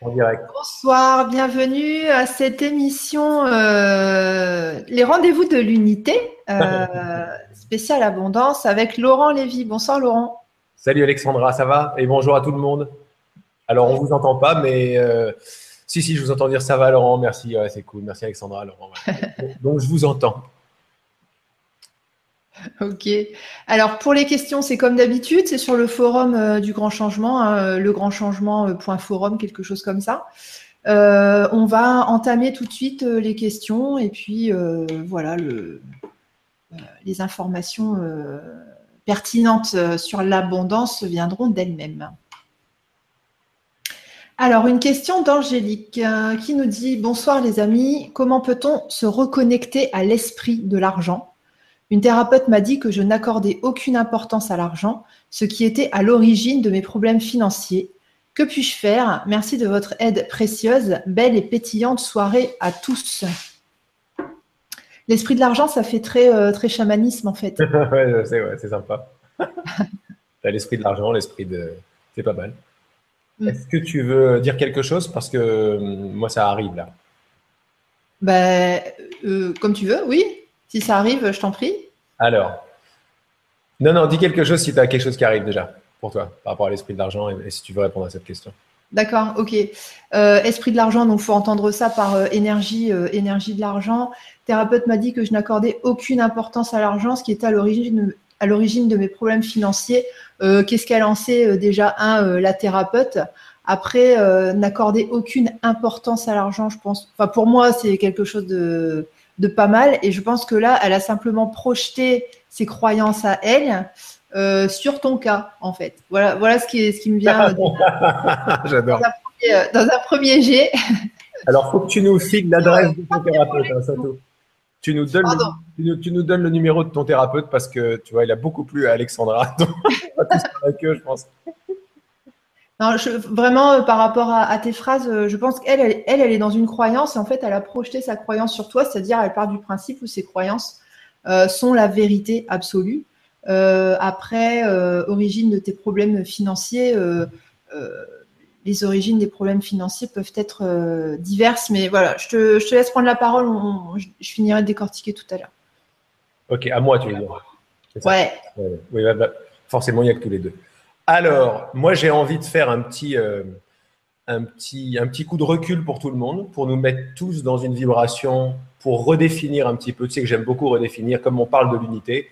En direct. Bonsoir, bienvenue à cette émission Les rendez-vous de l'unité spéciale abondance avec Laurent Lévy. Bonsoir Laurent. Salut Alexandra, ça va? Et bonjour à tout le monde. Alors, on ne vous entend pas, mais si, je vous entends dire ça va Laurent, merci, ouais, c'est cool. Merci Alexandra, Laurent. Ouais. Donc, je vous entends. Ok. Alors pour les questions, c'est comme d'habitude, c'est sur le forum du Grand Changement, hein, legrandchangement.forum, quelque chose comme ça. On va entamer tout de suite les questions et puis voilà les informations pertinentes sur l'abondance viendront d'elles-mêmes. Alors, une question d'Angélique qui nous dit « Bonsoir les amis, comment peut-on se reconnecter à l'esprit de l'argent ? Une thérapeute m'a dit que je n'accordais aucune importance à l'argent, ce qui était à l'origine de mes problèmes financiers. Que puis-je faire ? Merci de votre aide précieuse. Belle et pétillante soirée à tous. » L'esprit de l'argent, ça fait très chamanisme en fait. Ouais, c'est sympa. Tu as l'esprit de l'argent, l'esprit de… C'est pas mal. Est-ce que tu veux dire quelque chose? Parce que moi, ça arrive là. Comme tu veux, oui. Si ça arrive, je t'en prie. Alors, non, dis quelque chose si tu as quelque chose qui arrive déjà pour toi par rapport à l'esprit de l'argent et si tu veux répondre à cette question. D'accord, ok. Esprit de l'argent, donc faut entendre ça par énergie de l'argent. Thérapeute m'a dit que je n'accordais aucune importance à l'argent, ce qui était à l'origine de mes problèmes financiers. Qu'est-ce qu'elle en sait déjà, la thérapeute. Après, n'accorder aucune importance à l'argent, je pense. Enfin, pour moi, c'est quelque chose de pas mal. Et je pense que là, elle a simplement projeté ses croyances à elle sur ton cas, en fait. Voilà ce qui me vient J'adore. dans un premier jet. Alors, faut que tu nous files l'adresse de ton thérapeute, hein, surtout. Tu nous donnes Pardon. tu nous donnes le numéro de ton thérapeute parce que tu vois, il a beaucoup plu à Alexandra. Donc, on va tous faire avec eux, je pense. Non, vraiment, par rapport à tes phrases, je pense qu'elle elle est dans une croyance et en fait, elle a projeté sa croyance sur toi, c'est-à-dire elle part du principe où ses croyances sont la vérité absolue. Après, origine de tes problèmes financiers, les origines des problèmes financiers peuvent être diverses, mais voilà, je te laisse prendre la parole, je finirai de décortiquer tout à l'heure. Ok, à moi, tu veux dire. C'est ça. Ouais. Oui, forcément, il n'y a que tous les deux. Alors, moi, j'ai envie de faire un petit coup de recul pour tout le monde, pour nous mettre tous dans une vibration, pour redéfinir un petit peu. Tu sais que j'aime beaucoup redéfinir, comme on parle de l'unité.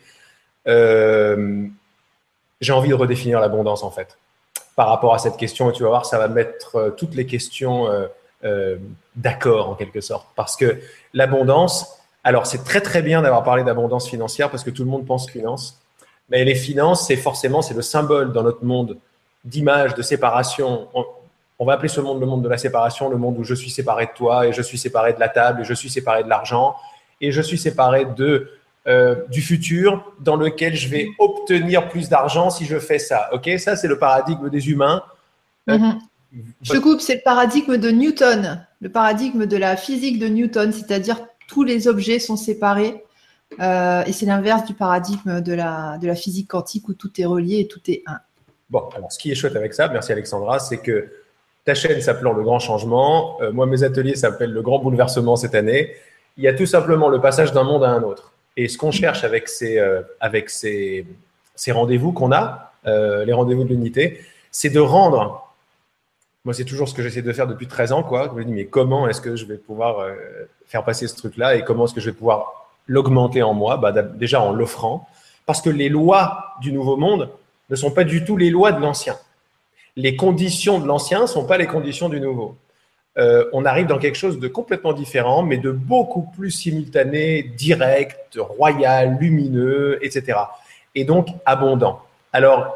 J'ai envie de redéfinir l'abondance, en fait, par rapport à cette question. Et tu vas voir, ça va mettre toutes les questions d'accord, en quelque sorte. Parce que l'abondance, alors c'est très, très bien d'avoir parlé d'abondance financière parce que tout le monde pense finance. Mais les finances, c'est le symbole dans notre monde d'image, de séparation. On va appeler ce monde le monde de la séparation, le monde où je suis séparé de toi et je suis séparé de la table et je suis séparé de l'argent et je suis séparé du futur dans lequel je vais obtenir plus d'argent si je fais ça. Ok, ça c'est le paradigme des humains. Je te coupe, c'est le paradigme de Newton, le paradigme de la physique de Newton, c'est-à-dire tous les objets sont séparés. Et c'est l'inverse du paradigme de la physique quantique où tout est relié et tout est un. Bon, alors ce qui est chouette avec ça, merci Alexandra, c'est que ta chaîne s'appelant Le Grand Changement, moi mes ateliers s'appellent Le Grand Bouleversement cette année. Il y a tout simplement le passage d'un monde à un autre. Et ce qu'on cherche avec ces rendez-vous qu'on a, les rendez-vous de l'unité, c'est de rendre… Moi, c'est toujours ce que j'essaie de faire depuis 13 ans, quoi. Je me dis, mais comment est-ce que je vais pouvoir faire passer ce truc-là et comment est-ce que je vais pouvoir l'augmenter en moi? Déjà en l'offrant. Parce que les lois du nouveau monde ne sont pas du tout les lois de l'ancien. Les conditions de l'ancien ne sont pas les conditions du nouveau. On arrive dans quelque chose de complètement différent, mais de beaucoup plus simultané, direct, royal, lumineux, etc. Et donc abondant. Alors,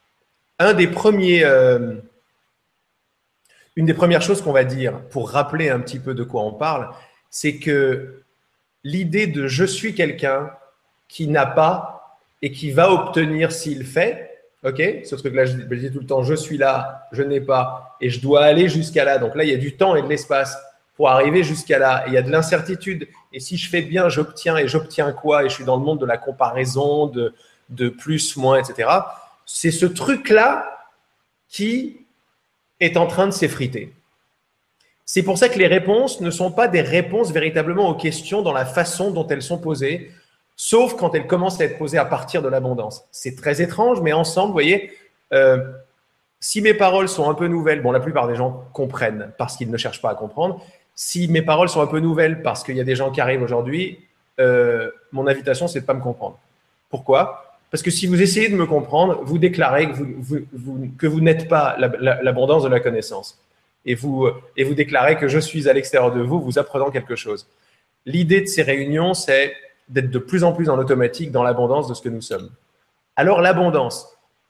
une des premières choses qu'on va dire pour rappeler un petit peu de quoi on parle, c'est que l'idée de je suis quelqu'un qui n'a pas et qui va obtenir s'il fait, ok, ce truc-là, je dis tout le temps, je suis là, je n'ai pas et je dois aller jusqu'à là. Donc là, il y a du temps et de l'espace pour arriver jusqu'à là. Et il y a de l'incertitude. Et si je fais bien, j'obtiens et j'obtiens quoi? Et je suis dans le monde de la comparaison, de plus, moins, etc. C'est ce truc-là qui est en train de s'effriter. C'est pour ça que les réponses ne sont pas des réponses véritablement aux questions dans la façon dont elles sont posées, sauf quand elles commencent à être posées à partir de l'abondance. C'est très étrange, mais ensemble, vous voyez, si mes paroles sont un peu nouvelles, bon, la plupart des gens comprennent parce qu'ils ne cherchent pas à comprendre. Si mes paroles sont un peu nouvelles parce qu'il y a des gens qui arrivent aujourd'hui, mon invitation, c'est de pas me comprendre. Pourquoi ? Parce que si vous essayez de me comprendre, vous déclarez que vous n'êtes pas l'abondance de la connaissance. Et vous déclarez que je suis à l'extérieur de vous, vous apprenant quelque chose. L'idée de ces réunions, c'est d'être de plus en plus en automatique dans l'abondance de ce que nous sommes. Alors l'abondance,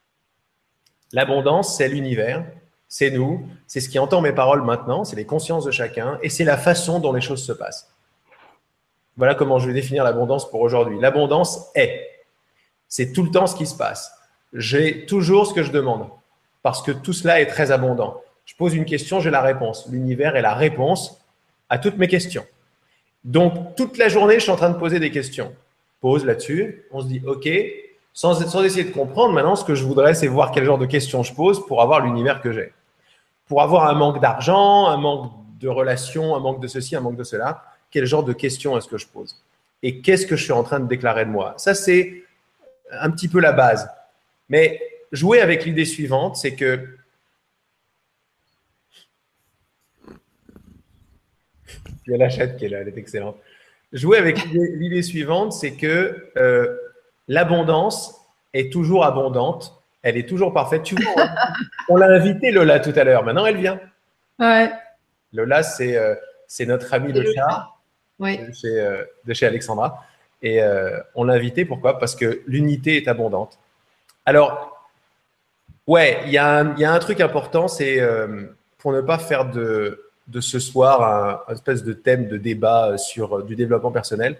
c'est l'univers, c'est nous, c'est ce qui entend mes paroles maintenant, c'est les consciences de chacun et c'est la façon dont les choses se passent. Voilà comment je vais définir l'abondance pour aujourd'hui. L'abondance c'est tout le temps ce qui se passe. J'ai toujours ce que je demande parce que tout cela est très abondant. Je pose une question, j'ai la réponse. L'univers est la réponse à toutes mes questions. Donc, toute la journée, je suis en train de poser des questions. Pose là-dessus, on se dit, OK, sans essayer de comprendre, maintenant, ce que je voudrais, c'est voir quel genre de questions je pose pour avoir l'univers que j'ai. Pour avoir un manque d'argent, un manque de relations, un manque de ceci, un manque de cela, quel genre de questions est-ce que je pose? Et qu'est-ce que je suis en train de déclarer de moi? Ça, c'est un petit peu la base. Mais jouer avec l'idée suivante, c'est que il y a la chatte qui est là, elle est excellente. Jouer avec l'idée suivante, c'est que l'abondance est toujours abondante, elle est toujours parfaite. Tu vois, on l'a invitée Lola tout à l'heure, maintenant elle vient. Ouais. Lola, c'est notre ami le chat oui. de chez Alexandra. Et on l'a invitée, pourquoi? Parce que l'unité est abondante. Alors, ouais, il y a un truc important, c'est pour ne pas faire de ce soir un espèce de thème de débat sur du développement personnel.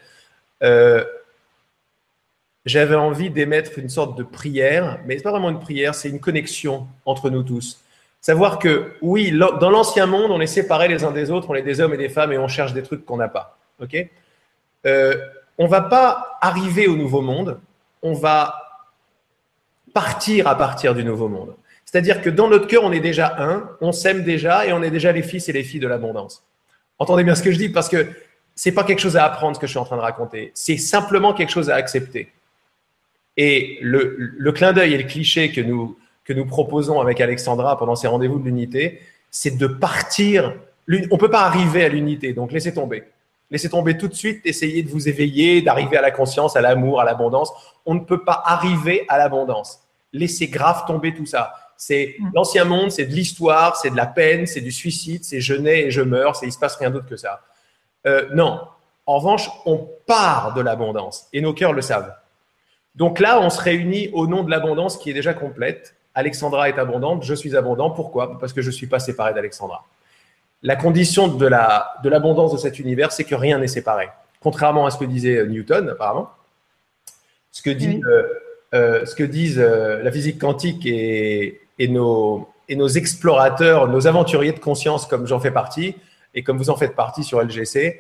J'avais envie d'émettre une sorte de prière, mais c'est pas vraiment une prière, c'est une connexion entre nous tous. Savoir que oui, dans l'ancien monde, on est séparés les uns des autres, on est des hommes et des femmes et on cherche des trucs qu'on n'a pas. Ok ? On va pas arriver au nouveau monde, on va partir à partir du nouveau monde. C'est-à-dire que dans notre cœur, on est déjà un, on s'aime déjà et on est déjà les fils et les filles de l'abondance. Entendez bien ce que je dis parce que c'est pas quelque chose à apprendre ce que je suis en train de raconter, c'est simplement quelque chose à accepter. Et le clin d'œil et le cliché que nous proposons avec Alexandra pendant ces rendez-vous de l'unité, c'est de partir. On peut pas arriver à l'unité, donc laissez tomber. Laissez tomber tout de suite, essayez de vous éveiller, d'arriver à la conscience, à l'amour, à l'abondance. On ne peut pas arriver à l'abondance. Laissez grave tomber tout ça. C'est l'ancien monde, c'est de l'histoire, c'est de la peine, c'est du suicide, c'est je nais et je meurs, il se passe rien d'autre que ça. Non. En revanche, on part de l'abondance et nos cœurs le savent. Donc là, on se réunit au nom de l'abondance qui est déjà complète. Alexandra est abondante, je suis abondant. Pourquoi? Parce que je ne suis pas séparé d'Alexandra. La condition de l'abondance de cet univers, c'est que rien n'est séparé. Contrairement à ce que disait Newton, apparemment. Ce que disent la physique quantique et nos explorateurs, nos aventuriers de conscience, comme j'en fais partie, et comme vous en faites partie sur LGC,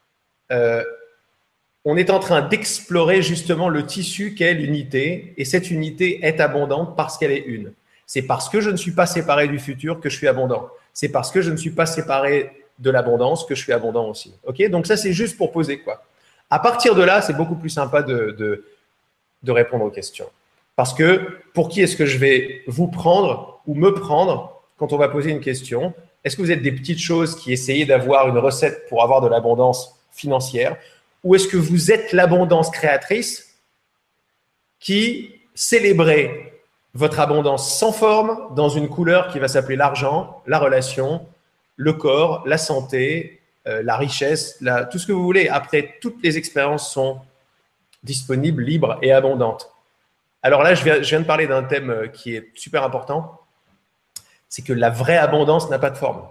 on est en train d'explorer justement le tissu qu'est l'unité, et cette unité est abondante parce qu'elle est une. C'est parce que je ne suis pas séparé du futur que je suis abondant. C'est parce que je ne suis pas séparé de l'abondance que je suis abondant aussi. Ok? Donc ça, c'est juste pour poser quoi. À partir de là, c'est beaucoup plus sympa de répondre aux questions. Parce que pour qui est-ce que je vais vous prendre ou me prendre quand on va poser une question? Est-ce que vous êtes des petites choses qui essayez d'avoir une recette pour avoir de l'abondance financière? Ou est-ce que vous êtes l'abondance créatrice qui célébrait votre abondance sans forme dans une couleur qui va s'appeler l'argent, la relation, le corps, la santé, la richesse, tout ce que vous voulez. Après, toutes les expériences sont disponibles, libres et abondantes. Alors là, je viens de parler d'un thème qui est super important. C'est que la vraie abondance n'a pas de forme.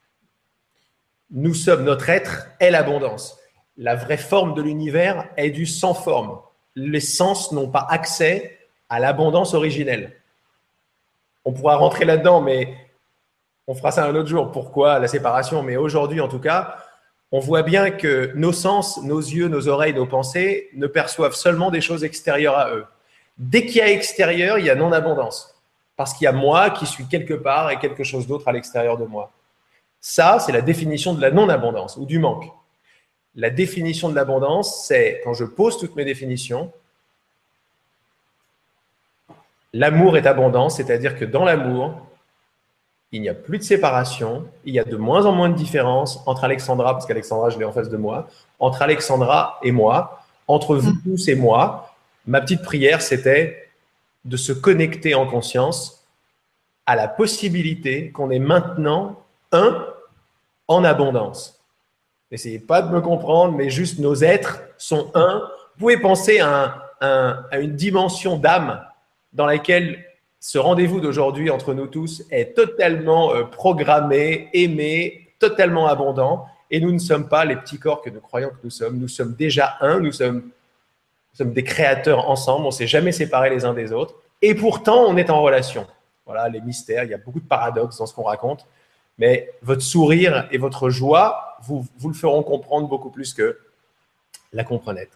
Notre être est l'abondance. La vraie forme de l'univers est du sans forme. Les sens n'ont pas accès à l'abondance originelle. On pourra rentrer là-dedans, mais on fera ça un autre jour. Pourquoi la séparation? Mais aujourd'hui, en tout cas, on voit bien que nos sens, nos yeux, nos oreilles, nos pensées ne perçoivent seulement des choses extérieures à eux. Dès qu'il y a extérieur, il y a non-abondance. Parce qu'il y a moi qui suis quelque part et quelque chose d'autre à l'extérieur de moi. Ça, c'est la définition de la non-abondance ou du manque. La définition de l'abondance, c'est quand je pose toutes mes définitions, l'amour est abondant, c'est-à-dire que dans l'amour, il n'y a plus de séparation, il y a de moins en moins de différence entre Alexandra, parce qu'Alexandra, je l'ai en face de moi, entre Alexandra et moi, entre vous tous et moi. Ma petite prière, c'était de se connecter en conscience à la possibilité qu'on est maintenant un en abondance. N'essayez pas de me comprendre, mais juste nos êtres sont un. Vous pouvez penser à une dimension d'âme dans laquelle ce rendez-vous d'aujourd'hui entre nous tous est totalement programmé, aimé, totalement abondant. Et nous ne sommes pas les petits corps que nous croyons que nous sommes. Nous sommes déjà un, nous sommes des créateurs ensemble, on ne s'est jamais séparés les uns des autres. Et pourtant, on est en relation. Voilà les mystères, il y a beaucoup de paradoxes dans ce qu'on raconte. Mais votre sourire et votre joie vous le feront comprendre beaucoup plus que la comprenette.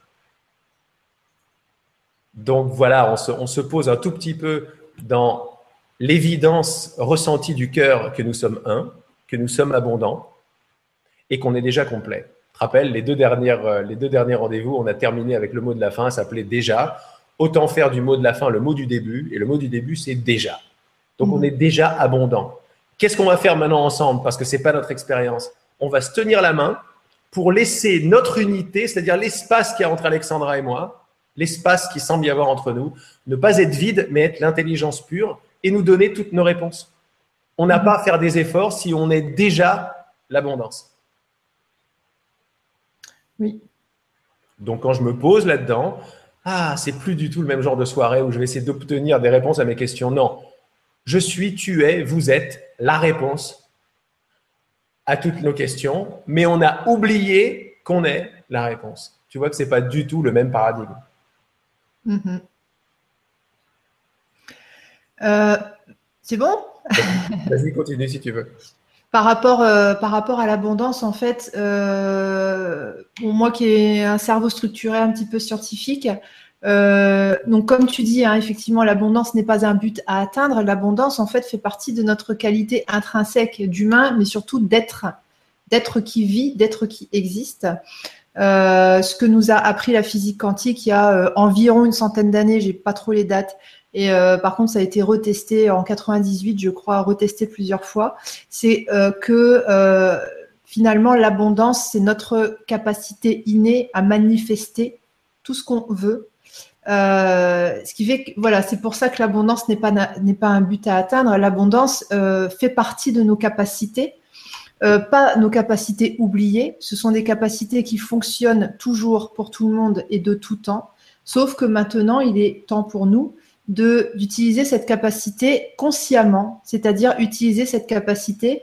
Donc voilà, on se pose un tout petit peu dans l'évidence ressentie du cœur que nous sommes un, que nous sommes abondants et qu'on est déjà complet. Je te rappelle, les deux derniers rendez-vous, on a terminé avec le mot de la fin, ça s'appelait déjà. Autant faire du mot de la fin le mot du début, et le mot du début, c'est déjà. Donc on est déjà abondant. Qu'est-ce qu'on va faire maintenant ensemble? Parce que ce n'est pas notre expérience. On va se tenir la main pour laisser notre unité, c'est-à-dire l'espace qu'il y a entre Alexandra et moi, l'espace qui semble y avoir entre nous, ne pas être vide, mais être l'intelligence pure et nous donner toutes nos réponses. On n'a pas à faire des efforts si on est déjà l'abondance. Oui. Donc, quand je me pose là-dedans, c'est plus du tout le même genre de soirée où je vais essayer d'obtenir des réponses à mes questions. Non. Je suis, tu es, vous êtes la réponse à toutes nos questions, mais on a oublié qu'on est la réponse. Tu vois que ce n'est pas du tout le même paradigme. C'est bon? Vas-y, continue si tu veux. Par rapport à l'abondance, en fait, moi qui ai un cerveau structuré un petit peu scientifique, donc comme tu dis, effectivement, l'abondance n'est pas un but à atteindre. L'abondance, en fait, fait partie de notre qualité intrinsèque d'humain, mais surtout d'être qui vit, d'être qui existe. Ce que nous a appris la physique quantique il y a environ une centaine d'années, j'ai pas trop les dates. Et par contre, ça a été retesté en 98, je crois, retesté plusieurs fois. C'est que finalement, l'abondance, c'est notre capacité innée à manifester tout ce qu'on veut. Ce qui fait que, voilà, c'est pour ça que l'abondance n'est pas un but à atteindre. L'abondance fait partie de nos capacités. Pas nos capacités oubliées, ce sont des capacités qui fonctionnent toujours pour tout le monde et de tout temps, sauf que maintenant, il est temps pour nous d'utiliser cette capacité consciemment, c'est-à-dire utiliser cette capacité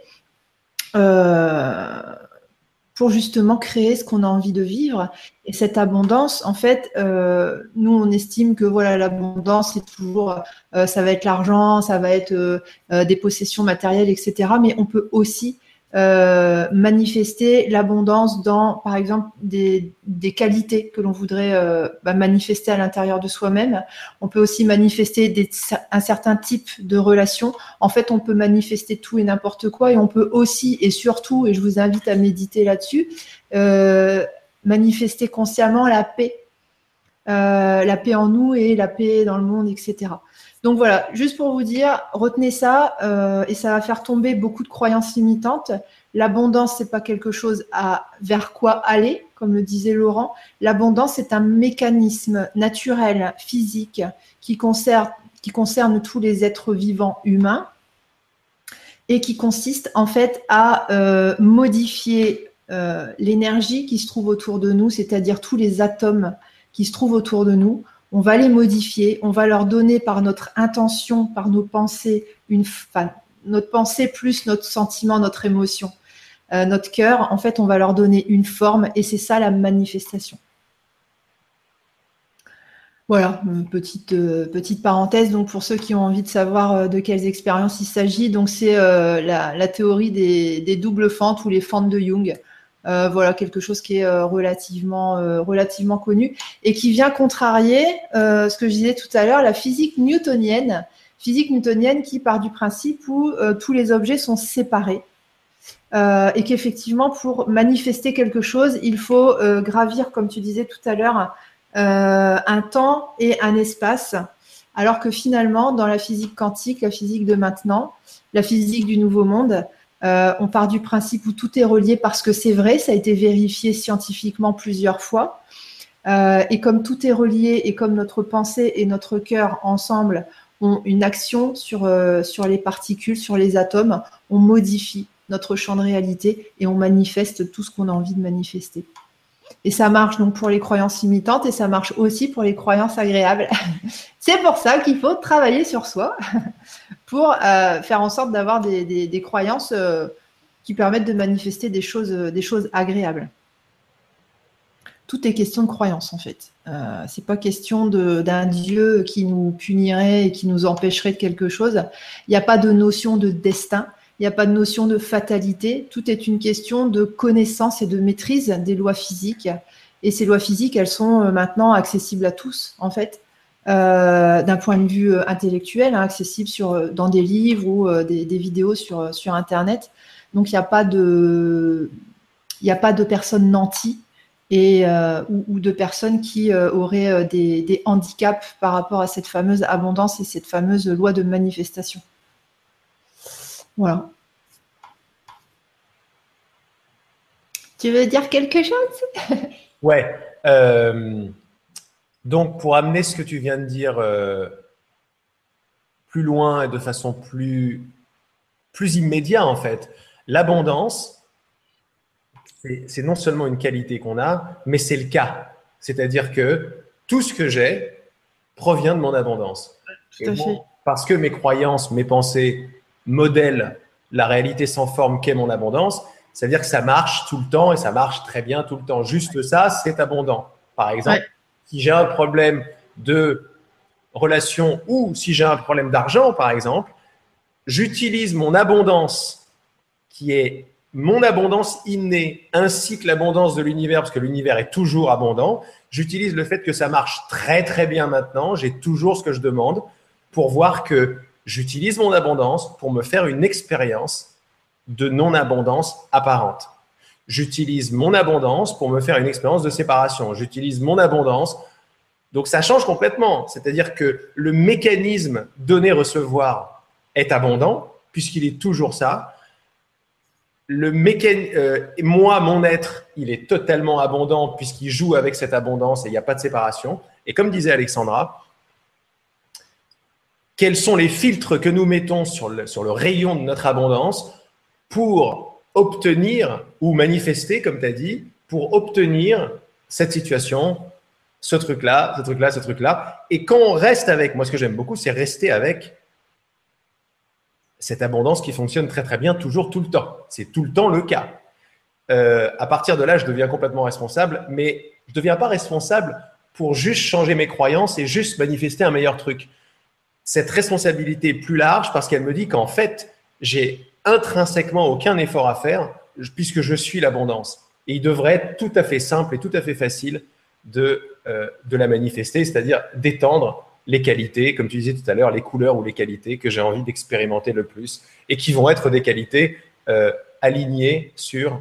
pour justement créer ce qu'on a envie de vivre. Et cette abondance, en fait, nous, on estime que voilà, l'abondance, c'est toujours, ça va être l'argent, ça va être des possessions matérielles, etc. Mais on peut aussi manifester l'abondance dans, par exemple, des qualités que l'on voudrait manifester à l'intérieur de soi-même. On peut aussi manifester un certain type de relation. En fait, on peut manifester tout et n'importe quoi, et on peut aussi et surtout, et je vous invite à méditer là-dessus, manifester consciemment la paix en nous et la paix dans le monde, etc. Donc voilà, juste pour vous dire, retenez ça et ça va faire tomber beaucoup de croyances limitantes. L'abondance, c'est pas quelque chose vers quoi aller, comme le disait Laurent. L'abondance, c'est un mécanisme naturel, physique, qui concerne tous les êtres vivants humains et qui consiste en fait à modifier l'énergie qui se trouve autour de nous, c'est-à-dire tous les atomes qui se trouvent autour de nous. On va les modifier, on va leur donner par notre intention, par nos pensées, notre pensée plus notre sentiment, notre émotion, notre cœur. En fait, on va leur donner une forme et c'est ça la manifestation. Voilà, une petite parenthèse. Donc, pour ceux qui ont envie de savoir de quelles expériences il s'agit, donc c'est la théorie des doubles fentes ou les fentes de Jung. Voilà, quelque chose qui est relativement connu et qui vient contrarier ce que je disais tout à l'heure, la physique newtonienne qui part du principe où tous les objets sont séparés et qu'effectivement, pour manifester quelque chose, il faut gravir, comme tu disais tout à l'heure, un temps et un espace, alors que finalement, dans la physique quantique, la physique de maintenant, la physique du nouveau monde, on part du principe où tout est relié parce que c'est vrai, ça a été vérifié scientifiquement plusieurs fois. Et comme tout est relié et comme notre pensée et notre cœur ensemble ont une action sur les particules, sur les atomes, on modifie notre champ de réalité et on manifeste tout ce qu'on a envie de manifester. Et ça marche donc pour les croyances limitantes et ça marche aussi pour les croyances agréables. C'est pour ça qu'il faut travailler sur soi pour faire en sorte d'avoir des croyances qui permettent de manifester des choses agréables. Tout est question de croyance en fait. C'est pas question d'un Dieu qui nous punirait et qui nous empêcherait de quelque chose. Il n'y a pas de notion de destin. Il n'y a pas de notion de fatalité. Tout est une question de connaissance et de maîtrise des lois physiques. Et ces lois physiques, elles sont maintenant accessibles à tous, en fait, d'un point de vue intellectuel, accessibles dans des livres ou des vidéos sur Internet. Donc, il n'y a pas de personnes nanties ou de personnes qui auraient des handicaps par rapport à cette fameuse abondance et cette fameuse loi de manifestation. Voilà. Tu veux dire quelque chose? Ouais. Donc, pour amener ce que tu viens de dire plus loin et de façon plus immédiate, en fait, l'abondance, c'est non seulement une qualité qu'on a, mais c'est le cas. C'est-à-dire que tout ce que j'ai provient de mon abondance. Tout à fait. Parce que mes croyances, mes pensées modèlent la réalité sans forme qu'est mon abondance, ça veut dire que ça marche tout le temps et ça marche très bien tout le temps. Juste ça, c'est abondant. Par exemple, si j'ai un problème de relation ou si j'ai un problème d'argent, par exemple, j'utilise mon abondance qui est mon abondance innée ainsi que l'abondance de l'univers, parce que l'univers est toujours abondant. J'utilise le fait que ça marche très très bien maintenant, j'ai toujours ce que je demande pour voir que j'utilise mon abondance pour me faire une expérience de non-abondance apparente. J'utilise mon abondance pour me faire une expérience de séparation. J'utilise mon abondance. Donc, ça change complètement. C'est-à-dire que le mécanisme donner-recevoir est abondant, puisqu'il est toujours ça. Moi, mon être, il est totalement abondant, puisqu'il joue avec cette abondance et il n'y a pas de séparation. Et comme disait Alexandra, quels sont les filtres que nous mettons sur le rayon de notre abondance pour obtenir ou manifester, comme tu as dit, pour obtenir cette situation, ce truc-là, ce truc-là, ce truc-là. Et quand on reste avec, moi ce que j'aime beaucoup, c'est rester avec cette abondance qui fonctionne très très bien, toujours, tout le temps. C'est tout le temps le cas. À partir de là, je deviens complètement responsable, mais je ne deviens pas responsable pour juste changer mes croyances et juste manifester un meilleur truc. Cette responsabilité est plus large parce qu'elle me dit qu'en fait, j'ai intrinsèquement aucun effort à faire puisque je suis l'abondance. Et il devrait être tout à fait simple et tout à fait facile de la manifester, c'est-à-dire d'étendre les qualités, comme tu disais tout à l'heure, les couleurs ou les qualités que j'ai envie d'expérimenter le plus et qui vont être des qualités alignées sur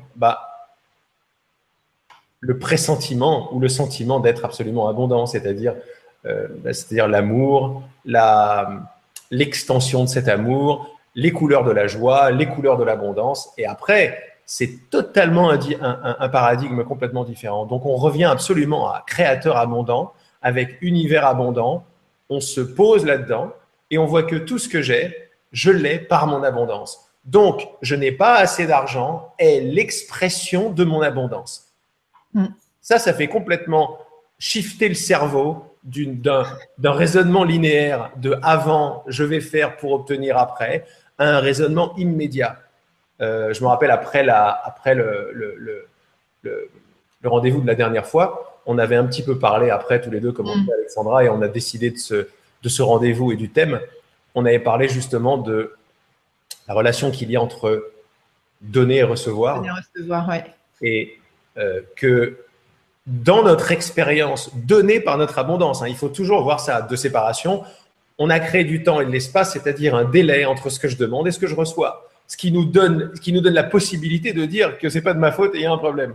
le pressentiment ou le sentiment d'être absolument abondant, c'est-à-dire l'amour, l'extension de cet amour, les couleurs de la joie, les couleurs de l'abondance. Et après, c'est totalement un paradigme complètement différent. Donc, on revient absolument à créateur abondant, avec univers abondant. On se pose là-dedans et on voit que tout ce que j'ai, je l'ai par mon abondance. Donc, je n'ai pas assez d'argent est l'expression de mon abondance. Ça fait complètement shifter le cerveau d'un raisonnement linéaire de avant, je vais faire pour obtenir après, à un raisonnement immédiat. Je me rappelle après le rendez-vous de la dernière fois, on avait un petit peu parlé après tous les deux, comme on dit Alexandra, et on a décidé de ce rendez-vous et du thème. On avait parlé justement de la relation qu'il y a entre donner et recevoir. Donner et recevoir, ouais. Et que dans notre expérience donnée par notre abondance, il faut toujours voir ça de séparation. On a créé du temps et de l'espace, c'est-à-dire un délai entre ce que je demande et ce que je reçois. ce qui nous donne la possibilité de dire que c'est pas de ma faute et il y a un problème.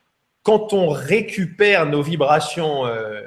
Quand on récupère nos vibrations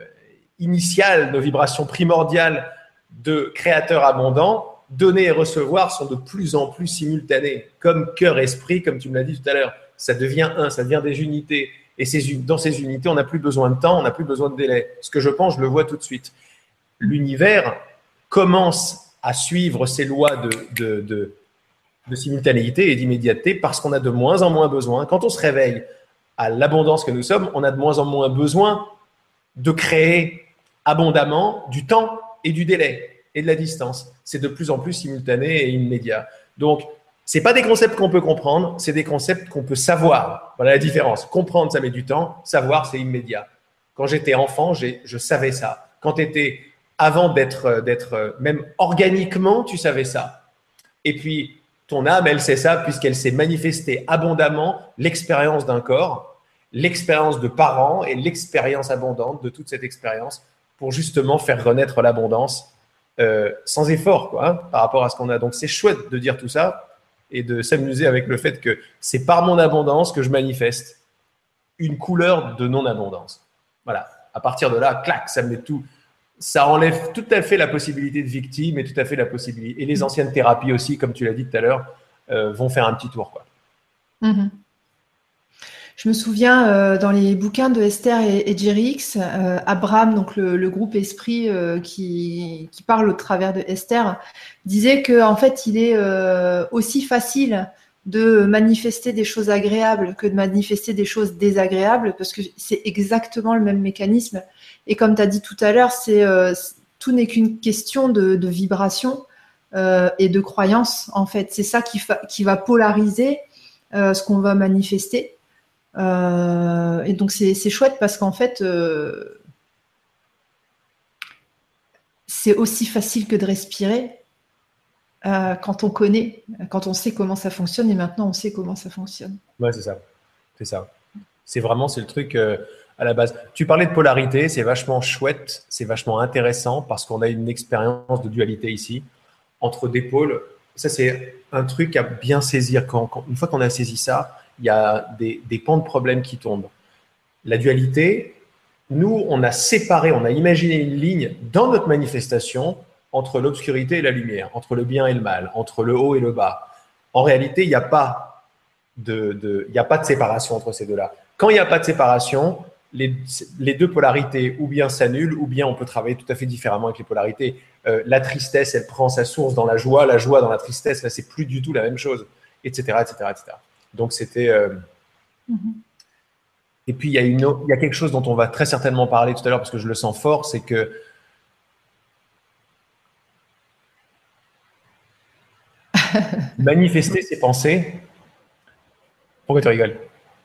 initiales, nos vibrations primordiales de créateur abondant, donner et recevoir sont de plus en plus simultanés, comme cœur-esprit, comme tu me l'as dit tout à l'heure. Ça devient un, ça devient des unités. Et dans ces unités, on n'a plus besoin de temps, on n'a plus besoin de délai. Ce que je pense, je le vois tout de suite. L'univers commence à suivre ces lois de simultanéité et d'immédiateté parce qu'on a de moins en moins besoin. Quand on se réveille à l'abondance que nous sommes, on a de moins en moins besoin de créer abondamment du temps et du délai et de la distance. C'est de plus en plus simultané et immédiat. Donc, ce n'est pas des concepts qu'on peut comprendre, c'est des concepts qu'on peut savoir. Voilà la différence. Comprendre, ça met du temps. Savoir, c'est immédiat. Quand j'étais enfant, je savais ça. Quand tu étais, avant d'être même organiquement, tu savais ça. Et puis, ton âme, elle sait ça puisqu'elle s'est manifestée abondamment l'expérience d'un corps, l'expérience de parents et l'expérience abondante de toute cette expérience pour justement faire renaître l'abondance sans effort, quoi, hein, par rapport à ce qu'on a. Donc, c'est chouette de dire tout ça et de s'amuser avec le fait que c'est par mon abondance que je manifeste une couleur de non-abondance. Voilà. À partir de là, clac, ça met tout. Ça enlève tout à fait la possibilité de victime et tout à fait la possibilité. Et les anciennes thérapies aussi, comme tu l'as dit tout à l'heure, vont faire un petit tour, quoi. Mm-hmm. Je me souviens dans les bouquins de Esther et Jerry X, Abraham, donc le groupe Esprit qui parle au travers de Esther, disait que en fait il est aussi facile de manifester des choses agréables que de manifester des choses désagréables parce que c'est exactement le même mécanisme. Et comme tu as dit tout à l'heure, tout n'est qu'une question de vibration et de croyance en fait. C'est ça qui va polariser ce qu'on va manifester. Et donc c'est chouette parce qu'en fait c'est aussi facile que de respirer quand on connaît, quand on sait comment ça fonctionne et maintenant on sait comment ça fonctionne. Ouais, c'est ça. C'est le truc à la base. Tu parlais de polarité, c'est vachement chouette, c'est vachement intéressant parce qu'on a une expérience de dualité ici entre des pôles. Ça, c'est un truc à bien saisir. Une fois qu'on a saisi ça, il y a des pans de problèmes qui tombent. La dualité, nous, on a séparé, on a imaginé une ligne dans notre manifestation entre l'obscurité et la lumière, entre le bien et le mal, entre le haut et le bas. En réalité, il n'y a pas de séparation entre ces deux-là. Quand il n'y a pas de séparation, les deux polarités ou bien s'annulent, ou bien on peut travailler tout à fait différemment avec les polarités. La tristesse, elle prend sa source dans la joie dans la tristesse, là, c'est plus du tout la même chose, etc., etc., etc. Donc, c'était… Et puis, il y a quelque chose dont on va très certainement parler tout à l'heure parce que je le sens fort, c'est que manifester ses pensées… Pourquoi tu rigoles?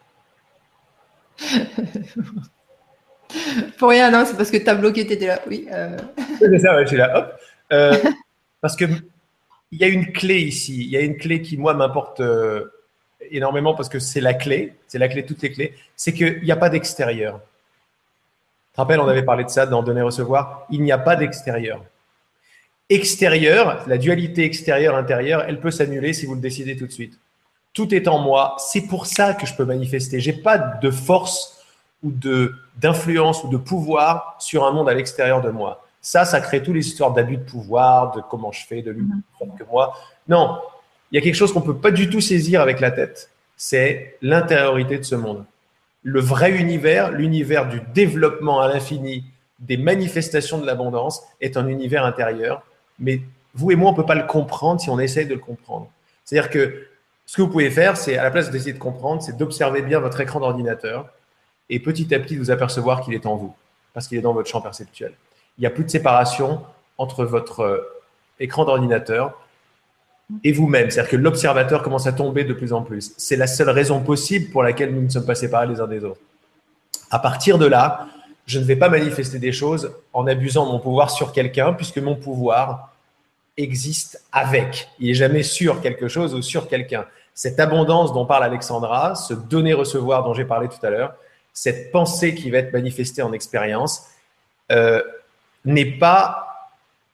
Pour rien, non, c'est parce que tu as bloqué, tu étais là. Oui. C'est ça, ouais, je suis là. Hop. Parce qu'il y a une clé ici. Il y a une clé qui, moi, m'importe énormément parce que c'est la clé de toutes les clés. C'est qu'il n'y a pas d'extérieur. Tu te rappelles, on avait parlé de ça dans Donner-Recevoir. Il n'y a pas d'extérieur. Extérieur, la dualité extérieure-intérieure, elle peut s'annuler si vous le décidez tout de suite. Tout est en moi. C'est pour ça que je peux manifester. Je n'ai pas de force ou d'influence ou de pouvoir sur un monde à l'extérieur de moi. Ça crée toutes les histoires d'abus de pouvoir, de comment je fais, de lui que moi. Non, il y a quelque chose qu'on ne peut pas du tout saisir avec la tête. C'est l'intériorité de ce monde. Le vrai univers, l'univers du développement à l'infini, des manifestations de l'abondance, est un univers intérieur. Mais vous et moi, on ne peut pas le comprendre si on essaye de le comprendre. C'est-à-dire que ce que vous pouvez faire, c'est, à la place d'essayer de comprendre, c'est d'observer bien votre écran d'ordinateur et petit à petit de vous apercevoir qu'il est en vous, parce qu'il est dans votre champ perceptuel. Il n'y a plus de séparation entre votre écran d'ordinateur et vous-même. C'est-à-dire que l'observateur commence à tomber de plus en plus. C'est la seule raison possible pour laquelle nous ne sommes pas séparés les uns des autres. À partir de là, je ne vais pas manifester des choses en abusant de mon pouvoir sur quelqu'un, puisque mon pouvoir existe avec. Il n'est jamais sur quelque chose ou sur quelqu'un. Cette abondance dont parle Alexandra, ce donner-recevoir dont j'ai parlé tout à l'heure, cette pensée qui va être manifestée en expérience, n'est pas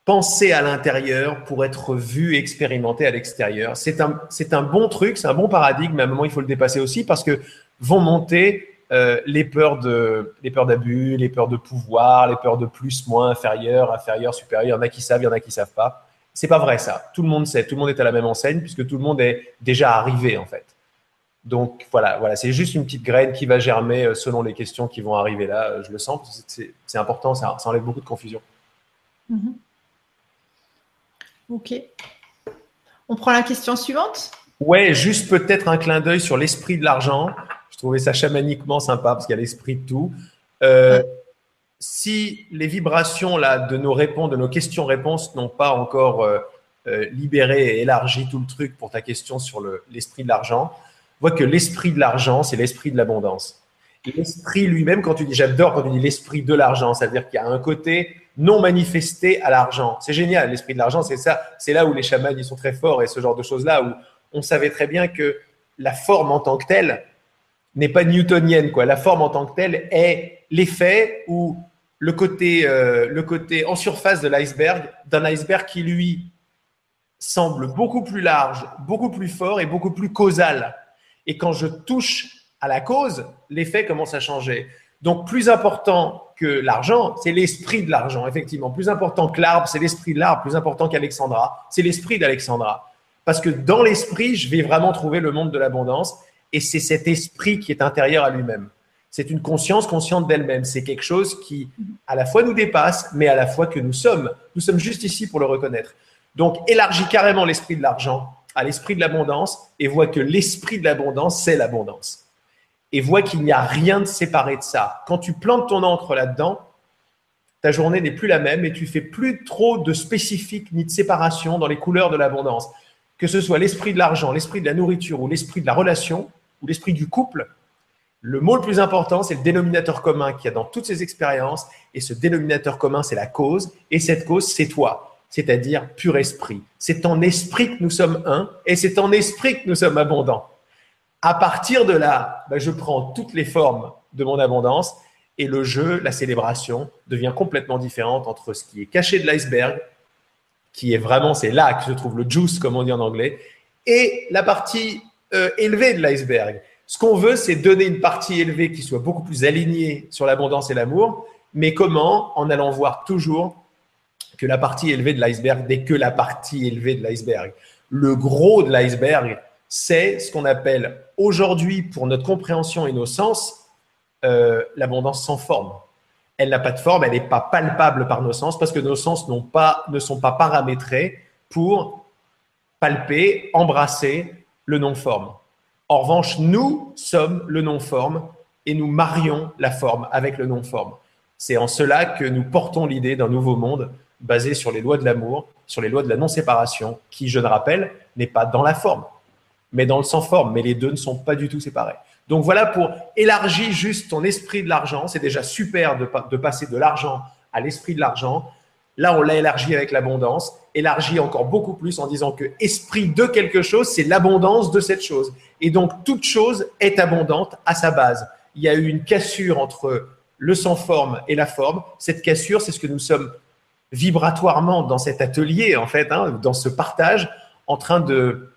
penser à l'intérieur pour être vu et expérimenté à l'extérieur. C'est un bon truc, c'est un bon paradigme, mais à un moment, il faut le dépasser aussi parce que vont monter les peurs d'abus, les peurs de pouvoir, les peurs de plus, moins, inférieur, supérieur. Il y en a qui savent, il y en a qui savent pas. C'est pas vrai ça. Tout le monde sait, tout le monde est à la même enseigne puisque tout le monde est déjà arrivé en fait. Donc voilà, c'est juste une petite graine qui va germer selon les questions qui vont arriver là. Je le sens, c'est important, ça enlève beaucoup de confusion. Mm-hmm. Ok. On prend la question suivante? Ouais, juste peut-être un clin d'œil sur l'esprit de l'argent. Je trouvais ça chamaniquement sympa parce qu'il y a l'esprit de tout. Si les vibrations là, de nos questions-réponses n'ont pas encore libéré et élargi tout le truc pour ta question sur l'esprit de l'argent, vois que l'esprit de l'argent, c'est l'esprit de l'abondance. Et l'esprit lui-même, j'adore quand tu dis l'esprit de l'argent, ça veut dire qu'il y a un côté non manifesté à l'argent. C'est génial, l'esprit de l'argent, c'est ça. C'est là où les chamans, ils sont très forts et ce genre de choses-là, où on savait très bien que la forme en tant que telle n'est pas newtonienne, quoi. La forme en tant que telle est l'effet ou le côté en surface de l'iceberg, d'un iceberg qui, lui, semble beaucoup plus large, beaucoup plus fort et beaucoup plus causal. Et quand je touche à la cause, l'effet commence à changer. Donc, plus important que l'argent, c'est l'esprit de l'argent, effectivement. Plus important que l'arbre, c'est l'esprit de l'arbre. Plus important qu'Alexandra, c'est l'esprit d'Alexandra. Parce que dans l'esprit, je vais vraiment trouver le monde de l'abondance. Et c'est cet esprit qui est intérieur à lui-même. C'est une conscience consciente d'elle-même. C'est quelque chose qui, à la fois, nous dépasse, mais à la fois que nous sommes. Nous sommes juste ici pour le reconnaître. Donc, élargis carrément l'esprit de l'argent à l'esprit de l'abondance et vois que l'esprit de l'abondance, c'est l'abondance. Et vois qu'il n'y a rien de séparé de ça. Quand tu plantes ton encre là-dedans, ta journée n'est plus la même et tu fais plus trop de spécifique ni de séparation dans les couleurs de l'abondance. Que ce soit l'esprit de l'argent, l'esprit de la nourriture ou l'esprit de la relation ou l'esprit du couple, le mot le plus important, c'est le dénominateur commun qu'il y a dans toutes ces expériences. Et ce dénominateur commun, c'est la cause. Et cette cause, c'est toi. C'est-à-dire pur esprit. C'est en esprit que nous sommes un et c'est en esprit que nous sommes abondants. À partir de là, je prends toutes les formes de mon abondance et le jeu, la célébration devient complètement différente entre ce qui est caché de l'iceberg, qui est vraiment, c'est là que se trouve le juice, comme on dit en anglais, et la partie élevée de l'iceberg. Ce qu'on veut, c'est donner une partie élevée qui soit beaucoup plus alignée sur l'abondance et l'amour, mais comment? En allant voir toujours que la partie élevée de l'iceberg n'est que la partie élevée de l'iceberg. Le gros de l'iceberg, c'est ce qu'on appelle aujourd'hui, pour notre compréhension et nos sens, l'abondance sans forme. Elle n'a pas de forme, elle n'est pas palpable par nos sens parce que nos sens ne sont pas paramétrés pour palper, embrasser le non-forme. En revanche, nous sommes le non-forme et nous marions la forme avec le non-forme. C'est en cela que nous portons l'idée d'un nouveau monde basé sur les lois de l'amour, sur les lois de la non-séparation, qui, je le rappelle, n'est pas dans la forme, mais dans le sans-forme. Mais les deux ne sont pas du tout séparés. Donc voilà, pour élargir juste ton esprit de l'argent, c'est déjà super de passer de l'argent à l'esprit de l'argent. Là, on l'a élargi avec l'abondance, élargi encore beaucoup plus en disant que esprit de quelque chose, c'est l'abondance de cette chose. Et donc, toute chose est abondante à sa base. Il y a eu une cassure entre le sans-forme et la forme. Cette cassure, c'est ce que nous sommes vibratoirement dans cet atelier, en fait, dans ce partage, en train de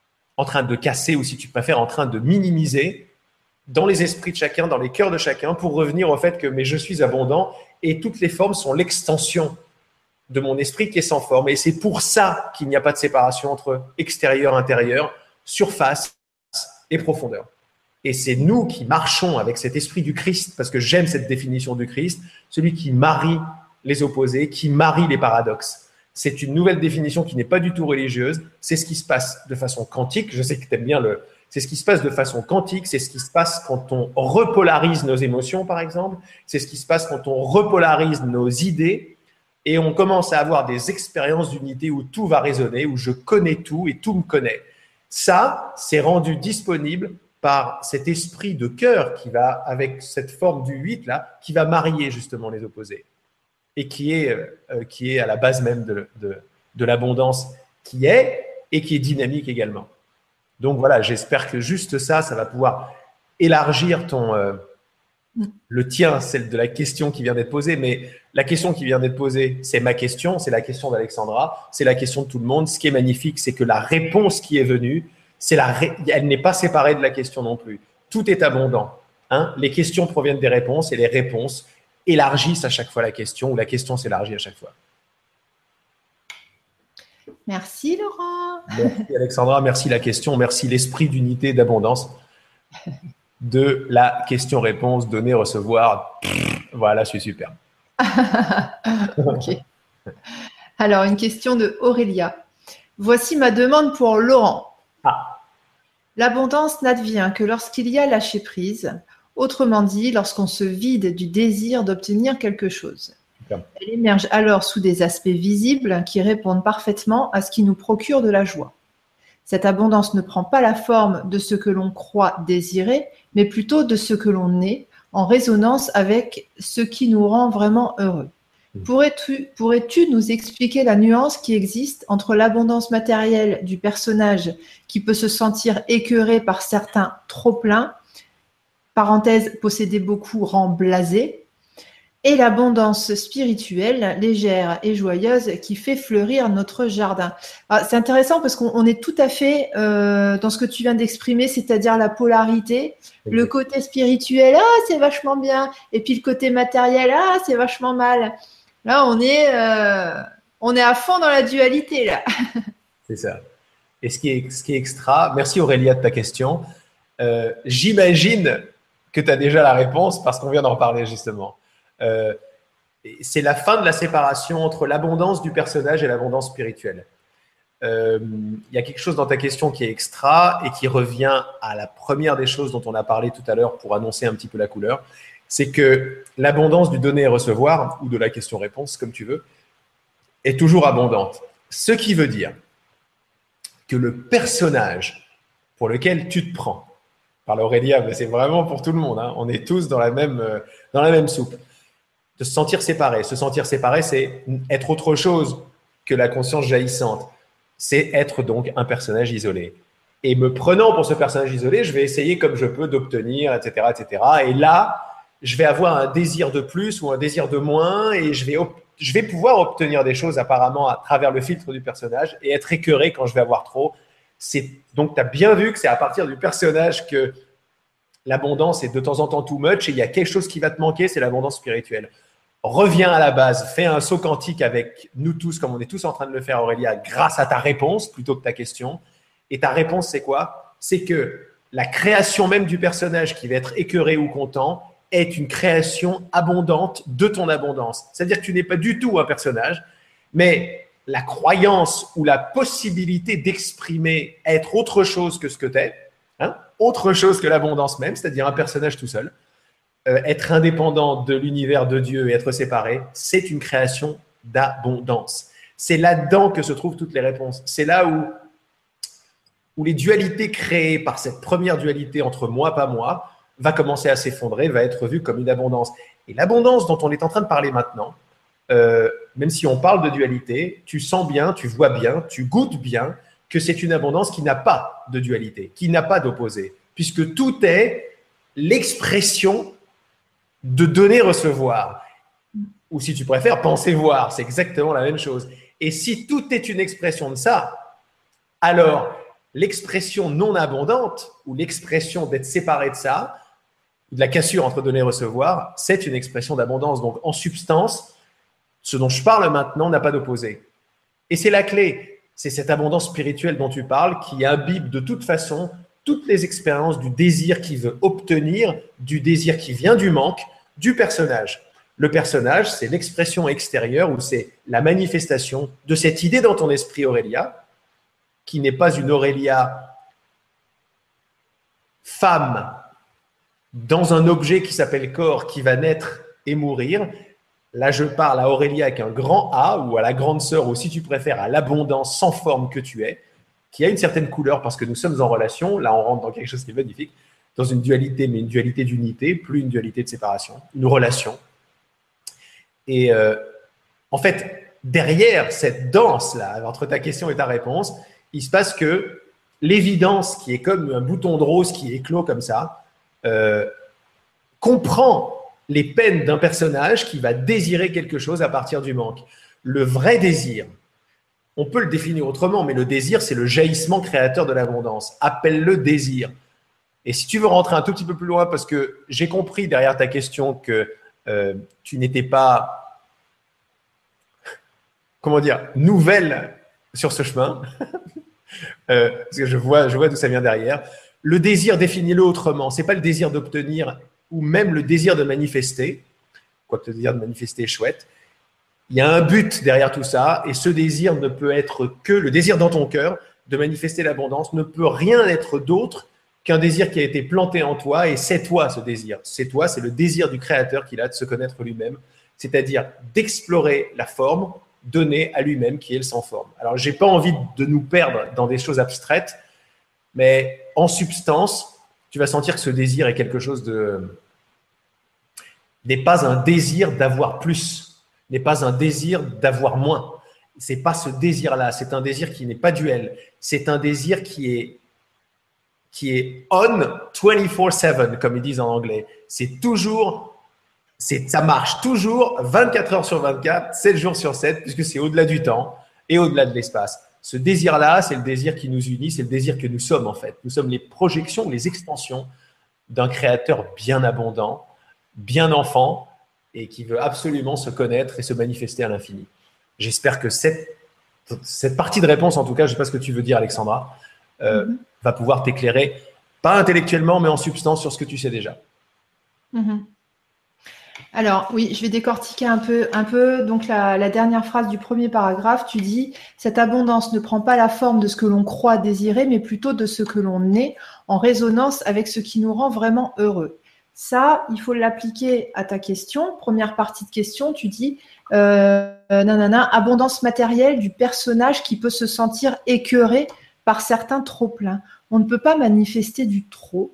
casser, ou si tu préfères, en train de minimiser dans les esprits de chacun, dans les cœurs de chacun, pour revenir au fait que mais je suis abondant et toutes les formes sont l'extension de mon esprit qui est sans forme. Et c'est pour ça qu'il n'y a pas de séparation entre extérieur, intérieur, surface et profondeur. Et c'est nous qui marchons avec cet esprit du Christ, parce que j'aime cette définition du Christ, celui qui marie les opposés, qui marie les paradoxes. C'est une nouvelle définition qui n'est pas du tout religieuse. C'est ce qui se passe de façon quantique. Je sais que tu aimes bien c'est ce qui se passe de façon quantique. C'est ce qui se passe quand on repolarise nos émotions, par exemple. C'est ce qui se passe quand on repolarise nos idées et on commence à avoir des expériences d'unité où tout va résonner, où je connais tout et tout me connaît. Ça, c'est rendu disponible par cet esprit de cœur qui va, avec cette forme du 8 là, qui va marier justement les opposés. Et qui est à la base même de l'abondance qui est et qui est dynamique également. Donc voilà, j'espère que juste ça va pouvoir élargir Le tien, celle de la question qui vient d'être posée, mais la question qui vient d'être posée, c'est ma question, c'est la question d'Alexandra, c'est la question de tout le monde. Ce qui est magnifique, c'est que la réponse qui est venue, elle n'est pas séparée de la question non plus. Tout est abondant. Hein. Les questions proviennent des réponses et les réponses élargissent à chaque fois la question ou la question s'élargit à chaque fois. Merci Laurent. Merci Alexandra, merci la question, merci l'esprit d'unité, d'abondance de la question-réponse, donner, recevoir. Voilà, je suis super. Ok. Alors, une question de Aurélia. Voici ma demande pour Laurent. L'abondance n'advient que lorsqu'il y a lâcher prise. Autrement dit, lorsqu'on se vide du désir d'obtenir quelque chose. Super. Elle émerge alors sous des aspects visibles qui répondent parfaitement à ce qui nous procure de la joie. Cette abondance ne prend pas la forme de ce que l'on croit désirer, mais plutôt de ce que l'on est, en résonance avec ce qui nous rend vraiment heureux. Pourrais-tu nous expliquer la nuance qui existe entre l'abondance matérielle du personnage qui peut se sentir écœuré par certains trop-pleins, parenthèse, posséder beaucoup rend blasé, et l'abondance spirituelle, légère et joyeuse, qui fait fleurir notre jardin. Alors, c'est intéressant parce qu'on est tout à fait dans ce que tu viens d'exprimer, c'est-à-dire la polarité. Okay. Le côté spirituel, c'est vachement bien. Et puis le côté matériel, c'est vachement mal. Là, on est à fond dans la dualité, là. C'est ça. Et ce qui est extra, merci Aurélia de ta question. J'imagine que tu as déjà la réponse parce qu'on vient d'en parler justement. C'est la fin de la séparation entre l'abondance du personnage et l'abondance spirituelle. Il y a quelque chose dans ta question qui est extra et qui revient à la première des choses dont on a parlé tout à l'heure pour annoncer un petit peu la couleur. C'est que l'abondance du donner et recevoir, ou de la question-réponse, comme tu veux, est toujours abondante. Ce qui veut dire que le personnage pour lequel tu te prends, par l'Aurélia, mais c'est vraiment pour tout le monde, hein, on est tous dans la même soupe. De se sentir séparé. Se sentir séparé, c'est être autre chose que la conscience jaillissante. C'est être donc un personnage isolé. Et me prenant pour ce personnage isolé, je vais essayer comme je peux d'obtenir, etc., etc. Et là, je vais avoir un désir de plus ou un désir de moins et je vais pouvoir obtenir des choses apparemment à travers le filtre du personnage et être écœuré quand je vais avoir trop. Donc, tu as bien vu que c'est à partir du personnage que l'abondance est de temps en temps too much et il y a quelque chose qui va te manquer, c'est l'abondance spirituelle. Reviens à la base, fais un saut quantique avec nous tous, comme on est tous en train de le faire, Aurélia, grâce à ta réponse plutôt que ta question. Et ta réponse, c'est quoi? C'est que la création même du personnage qui va être écœuré ou content est une création abondante de ton abondance. C'est-à-dire que tu n'es pas du tout un personnage, mais la croyance ou la possibilité d'exprimer être autre chose que ce que tu es, hein, autre chose que l'abondance même, c'est-à-dire un personnage tout seul, être indépendant de l'univers de Dieu et être séparé, c'est une création d'abondance. C'est là-dedans que se trouvent toutes les réponses. C'est là où les dualités créées par cette première dualité entre moi, pas moi, va commencer à s'effondrer, va être vue comme une abondance. Et l'abondance dont on est en train de parler maintenant, même si on parle de dualité, tu sens bien, tu vois bien, tu goûtes bien que c'est une abondance qui n'a pas de dualité, qui n'a pas d'opposé, puisque tout est l'expression de donner-recevoir. Ou si tu préfères, penser-voir, c'est exactement la même chose. Et si tout est une expression de ça, alors l'expression non abondante, ou l'expression d'être séparé de ça, de la cassure entre donner et recevoir, c'est une expression d'abondance. Donc, en substance, ce dont je parle maintenant n'a pas d'opposé. Et c'est la clé. C'est cette abondance spirituelle dont tu parles qui imbibe de toute façon toutes les expériences du désir qu'il veut obtenir, du désir qui vient du manque, du personnage. Le personnage, c'est l'expression extérieure ou c'est la manifestation de cette idée dans ton esprit, Aurélia, qui n'est pas une Aurélia femme dans un objet qui s'appelle corps qui va naître et mourir. Là, je parle à Aurélia avec un grand A ou à la grande sœur ou si tu préfères à l'abondance sans forme que tu es, qui a une certaine couleur parce que nous sommes en relation. Là, on rentre dans quelque chose qui est magnifique, dans une dualité, mais une dualité d'unité, plus une dualité de séparation, une relation. Et en fait, derrière cette danse-là, entre ta question et ta réponse, il se passe que l'évidence qui est comme un bouton de rose qui éclot comme ça, comprend les peines d'un personnage qui va désirer quelque chose à partir du manque. Le vrai désir, on peut le définir autrement, mais le désir, c'est le jaillissement créateur de l'abondance. Appelle-le désir. Et si tu veux rentrer un tout petit peu plus loin, parce que j'ai compris derrière ta question que tu n'étais pas, comment dire, nouvelle sur ce chemin, parce que je vois d'où ça vient derrière. Le désir, définis-le autrement. C'est pas le désir d'obtenir ou même le désir de manifester, quoique le désir de manifester est chouette. Il y a un but derrière tout ça, et ce désir ne peut être que le désir dans ton cœur de manifester l'abondance, ne peut rien être d'autre qu'un désir qui a été planté en toi, et c'est toi ce désir. C'est toi, c'est le désir du Créateur qu'il a de se connaître lui-même, c'est-à-dire d'explorer la forme donnée à lui-même qui est le sans forme. Alors, j'ai pas envie de nous perdre dans des choses abstraites, mais en substance, tu vas sentir que ce désir est quelque chose n'est pas un désir d'avoir plus, n'est pas un désir d'avoir moins. C'est pas ce désir-là, c'est un désir qui n'est pas duel. C'est un désir qui est on 24/7, comme ils disent en anglais. C'est toujours, ça marche toujours 24 heures sur 24, 7 jours sur 7, puisque c'est au-delà du temps et au-delà de l'espace. Ce désir-là, c'est le désir qui nous unit, c'est le désir que nous sommes en fait. Nous sommes les projections, les extensions d'un créateur bien abondant, bien enfant, et qui veut absolument se connaître et se manifester à l'infini. J'espère que cette partie de réponse, en tout cas, je ne sais pas ce que tu veux dire, Alexandra, va pouvoir t'éclairer, pas intellectuellement, mais en substance sur ce que tu sais déjà. Alors oui, je vais décortiquer un peu. Donc la dernière phrase du premier paragraphe, tu dis « Cette abondance ne prend pas la forme de ce que l'on croit désirer, mais plutôt de ce que l'on est, en résonance avec ce qui nous rend vraiment heureux. » Ça, il faut l'appliquer à ta question. Première partie de question, tu dis abondance matérielle du personnage qui peut se sentir écœuré par certains trop-pleins. On ne peut pas manifester du trop.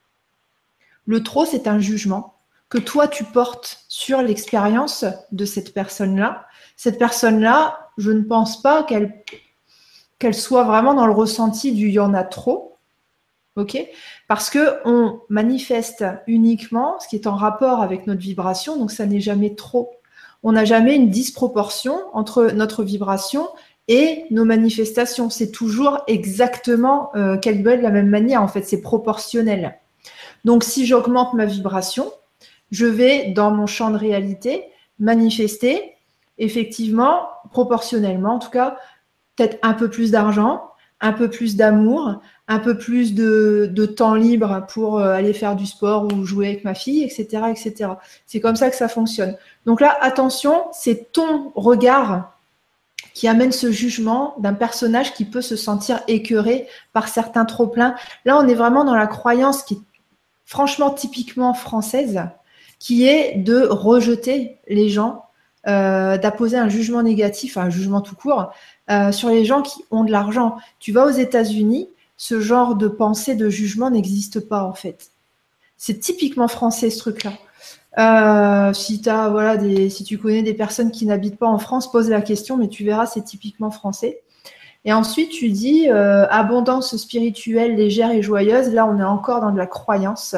Le trop, c'est un jugement que toi, tu portes sur l'expérience de cette personne-là. Cette personne-là, je ne pense pas qu'elle soit vraiment dans le ressenti du « il y en a trop ». Ok, parce qu'on manifeste uniquement ce qui est en rapport avec notre vibration, donc ça n'est jamais trop. On n'a jamais une disproportion entre notre vibration et nos manifestations. C'est toujours exactement calibré de la même manière, en fait, c'est proportionnel. Donc si j'augmente ma vibration, je vais, dans mon champ de réalité, manifester effectivement, proportionnellement, en tout cas, peut-être un peu plus d'argent, un peu plus d'amour, un peu plus de temps libre pour aller faire du sport ou jouer avec ma fille, etc., etc. C'est comme ça que ça fonctionne. Donc là, attention, c'est ton regard qui amène ce jugement d'un personnage qui peut se sentir écœuré par certains trop-pleins. Là, on est vraiment dans la croyance qui est franchement typiquement française, qui est de rejeter les gens, d'apposer un jugement négatif, un jugement tout court, sur les gens qui ont de l'argent. Tu vas aux États-Unis, ce genre de pensée, de jugement n'existe pas en fait. C'est typiquement français ce truc-là. Si tu connais des personnes qui n'habitent pas en France, pose la question, mais tu verras, c'est typiquement français. Et ensuite, tu dis abondance spirituelle, légère et joyeuse. Là, on est encore dans de la croyance,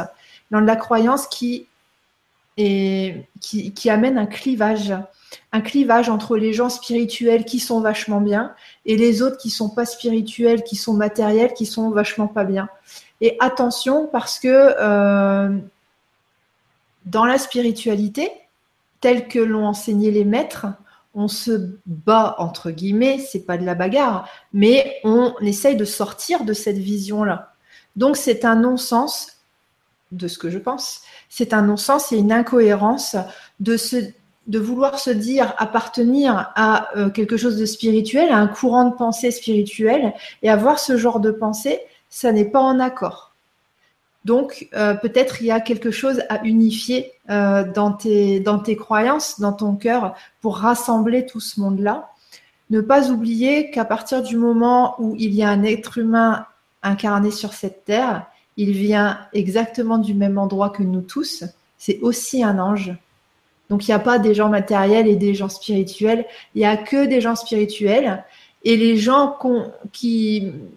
qui amène un clivage entre les gens spirituels qui sont vachement bien et les autres qui sont pas spirituels, qui sont matériels, qui sont vachement pas bien. Et attention, parce que dans la spiritualité, telle que l'ont enseigné les maîtres, on se bat, entre guillemets, c'est pas de la bagarre, mais on essaye de sortir de cette vision-là. Donc c'est un non-sens, de ce que je pense, c'est un non-sens et une incohérence de vouloir se dire appartenir à quelque chose de spirituel, à un courant de pensée spirituel, et avoir ce genre de pensée, ça n'est pas en accord. Donc, peut-être il y a quelque chose à unifier dans tes croyances, dans ton cœur, pour rassembler tout ce monde-là. Ne pas oublier qu'à partir du moment où il y a un être humain incarné sur cette terre, il vient exactement du même endroit que nous tous. C'est aussi un ange. Donc, il n'y a pas des gens matériels et des gens spirituels. Il n'y a que des gens spirituels. Et les gens qui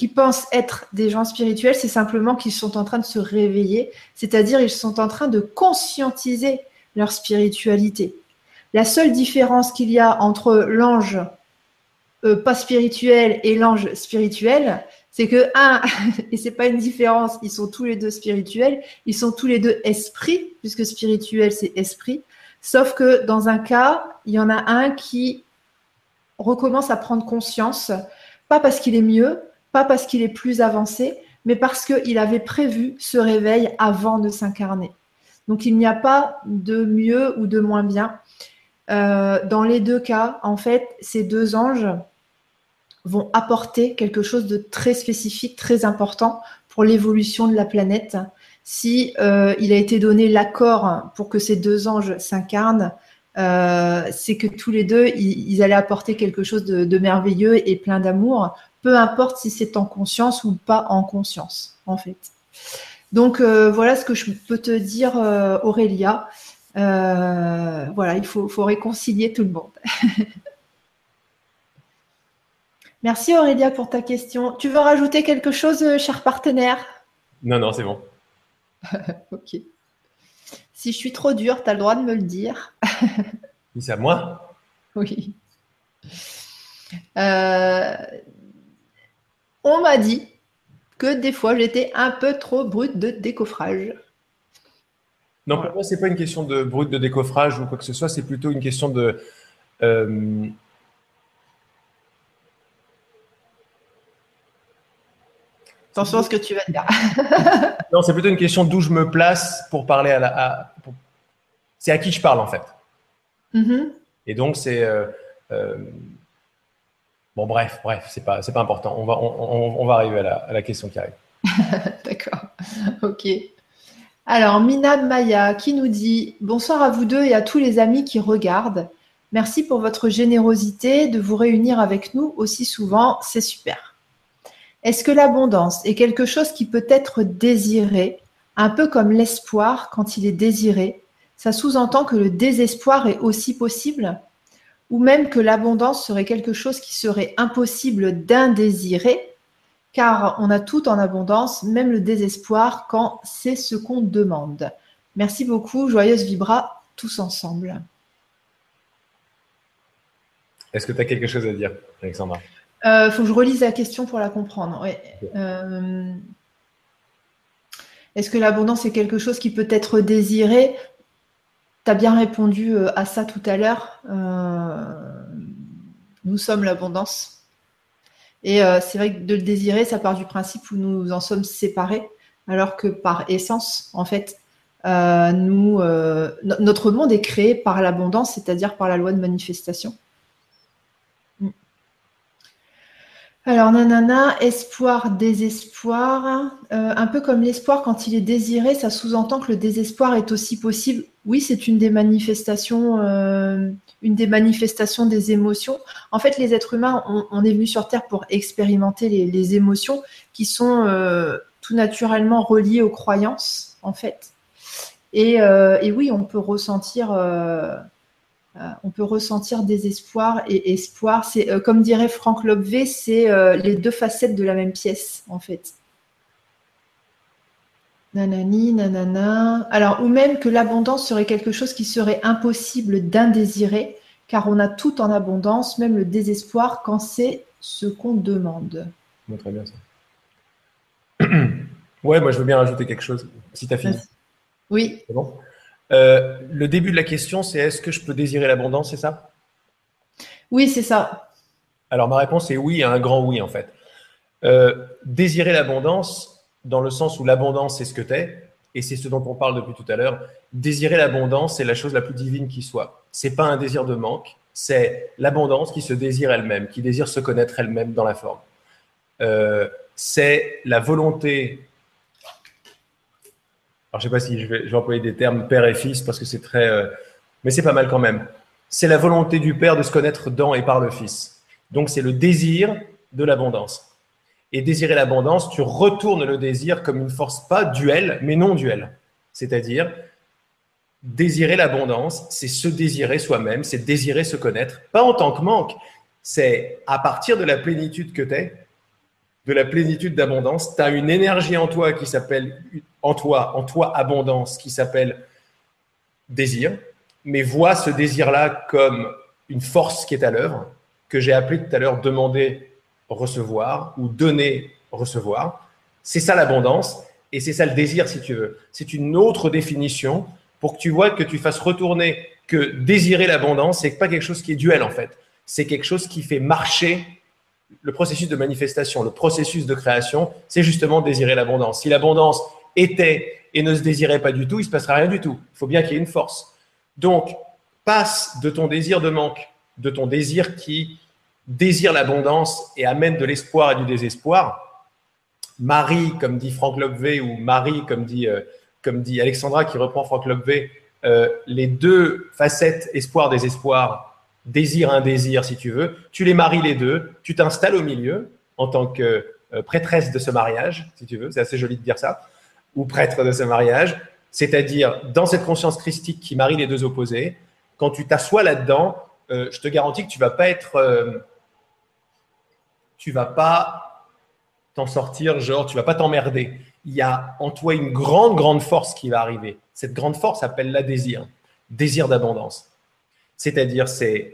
qui pensent être des gens spirituels, c'est simplement qu'ils sont en train de se réveiller, c'est-à-dire ils sont en train de conscientiser leur spiritualité. La seule différence qu'il y a entre l'ange pas spirituel et l'ange spirituel, c'est que et c'est pas une différence, ils sont tous les deux spirituels, ils sont tous les deux esprits, puisque spirituel c'est esprit, sauf que dans un cas, il y en a un qui recommence à prendre conscience, pas parce qu'il est mieux, pas parce qu'il est plus avancé, mais parce qu'il avait prévu ce réveil avant de s'incarner. Donc il n'y a pas de mieux ou de moins bien. Dans les deux cas, en fait, ces deux anges vont apporter quelque chose de très spécifique, très important pour l'évolution de la planète. Si il a été donné l'accord pour que ces deux anges s'incarnent, c'est que tous les deux, ils allaient apporter quelque chose de merveilleux et plein d'amour, peu importe si c'est en conscience ou pas en conscience, en fait. Donc, voilà ce que je peux te dire, Aurélia. Voilà, il faut réconcilier tout le monde. Merci Aurélia pour ta question. Tu veux rajouter quelque chose, cher partenaire? Non, c'est bon. Ok. Si je suis trop dure, tu as le droit de me le dire. Oui, c'est à moi. Oui. On m'a dit que des fois j'étais un peu trop brute de décoffrage. Non, Voilà. pour moi, c'est pas une question de brut de décoffrage ou quoi que ce soit, c'est plutôt une question de. Attention à ce que tu vas dire. Non, c'est plutôt une question d'où je me place pour parler c'est à qui je parle en fait. Et donc c'est bon, bref, c'est pas important. On va arriver à la question qui arrive. D'accord. Ok. Alors, Minam Maya qui nous dit bonsoir à vous deux et à tous les amis qui regardent. Merci pour votre générosité de vous réunir avec nous aussi souvent. C'est super. Est-ce que l'abondance est quelque chose qui peut être désiré, un peu comme l'espoir quand il est désiré? Ça sous-entend que le désespoir est aussi possible? Ou même que l'abondance serait quelque chose qui serait impossible d'indésirer, car on a tout en abondance, même le désespoir, quand c'est ce qu'on demande. Merci beaucoup, joyeuse vibra, tous ensemble. Est-ce que tu as quelque chose à dire, Alexandra? Faut que je relise la question pour la comprendre. Ouais. Est-ce que l'abondance est quelque chose qui peut être désiré? Tu as bien répondu à ça tout à l'heure. Nous sommes l'abondance. Et c'est vrai que de le désirer, ça part du principe où nous en sommes séparés, alors que par essence, en fait, notre monde est créé par l'abondance, c'est-à-dire par la loi de manifestation. Alors, nanana, espoir, désespoir. Un peu comme l'espoir, quand il est désiré, ça sous-entend que le désespoir est aussi possible. Oui, c'est une des manifestations des émotions. En fait, les êtres humains, on est venus sur Terre pour expérimenter les émotions qui sont tout naturellement reliées aux croyances, en fait. Et oui, on peut ressentir désespoir et espoir. C'est comme dirait Franck Lobvé, c'est les deux facettes de la même pièce, en fait. Nanani, nanana. Alors, ou même que l'abondance serait quelque chose qui serait impossible d'indésirer, car on a tout en abondance, même le désespoir, quand c'est ce qu'on demande. Bon, très bien ça. Ouais, moi je veux bien rajouter quelque chose, si tu as fini. Merci. Oui. C'est bon. Le début de la question, c'est est-ce que je peux désirer l'abondance, c'est ça? Oui, c'est ça. Alors ma réponse est oui, un grand oui en fait. Désirer l'abondance, dans le sens où l'abondance c'est ce que tu es, et c'est ce dont on parle depuis tout à l'heure. Désirer l'abondance, c'est la chose la plus divine qui soit. C'est pas un désir de manque, c'est l'abondance qui se désire elle-même, qui désire se connaître elle-même dans la forme. C'est la volonté. Alors, je ne sais pas si je vais employer des termes père et fils parce que c'est très. Mais c'est pas mal quand même. C'est la volonté du père de se connaître dans et par le fils. Donc, c'est le désir de l'abondance. Et désirer l'abondance, tu retournes le désir comme une force pas duelle, mais non duelle. C'est-à-dire, désirer l'abondance, c'est se désirer soi-même, c'est désirer se connaître, pas en tant que manque. C'est à partir de la plénitude que tu es, de la plénitude d'abondance. Tu as une énergie en toi qui s'appelle, en toi abondance, qui s'appelle désir, mais vois ce désir-là comme une force qui est à l'œuvre, que j'ai appelé tout à l'heure demander, recevoir, ou donner, recevoir. C'est ça l'abondance, et c'est ça le désir, si tu veux. C'est une autre définition pour que tu vois, que tu fasses retourner que désirer l'abondance, c'est pas quelque chose qui est duel, en fait. C'est quelque chose qui fait marcher le processus de manifestation, le processus de création, c'est justement désirer l'abondance. Si l'abondance était et ne se désirait pas du tout, il ne se passera rien du tout. Il faut bien qu'il y ait une force. Donc, passe de ton désir de manque, de ton désir qui désire l'abondance et amène de l'espoir et du désespoir. Marie, comme dit Frank Lobvé, ou Marie, comme dit Alexandra, qui reprend Frank Lobvé, les deux facettes, espoir, désespoir, désir, indésir, si tu veux, tu les maries les deux, tu t'installes au milieu en tant que prêtresse de ce mariage, si tu veux, c'est assez joli de dire ça, ou prêtre de ce mariage, c'est-à-dire dans cette conscience christique qui marie les deux opposés. Quand tu t'assois là-dedans, je te garantis que tu vas pas t'en sortir, genre tu vas pas t'emmerder. Il y a en toi une grande force qui va arriver. Cette grande force s'appelle la désir d'abondance. C'est-à-dire,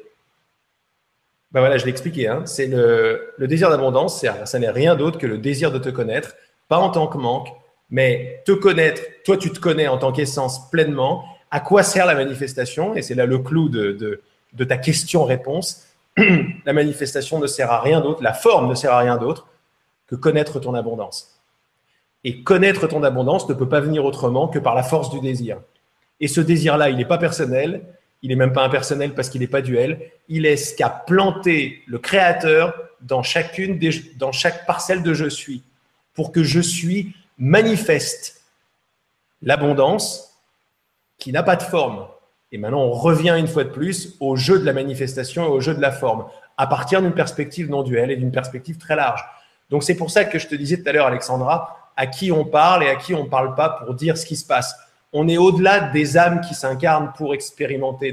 ben voilà, je l'ai expliqué, hein, c'est le désir d'abondance, ça n'est rien d'autre que le désir de te connaître, pas en tant que manque, mais te connaître, toi tu te connais en tant qu'essence pleinement. À quoi sert la manifestation? Et c'est là le clou de ta question-réponse. La manifestation ne sert à rien d'autre, la forme ne sert à rien d'autre que connaître ton abondance. Et connaître ton abondance ne peut pas venir autrement que par la force du désir. Et ce désir-là, il n'est pas personnel, il n'est même pas impersonnel parce qu'il n'est pas duel. Il est ce qu'a planté le Créateur dans chaque parcelle de je suis, pour que je suis manifeste l'abondance qui n'a pas de forme. Et maintenant, on revient une fois de plus au jeu de la manifestation et au jeu de la forme, à partir d'une perspective non duelle et d'une perspective très large. Donc, c'est pour ça que je te disais tout à l'heure, Alexandra, à qui on parle et à qui on ne parle pas pour dire ce qui se passe. On est au-delà des âmes qui s'incarnent pour expérimenter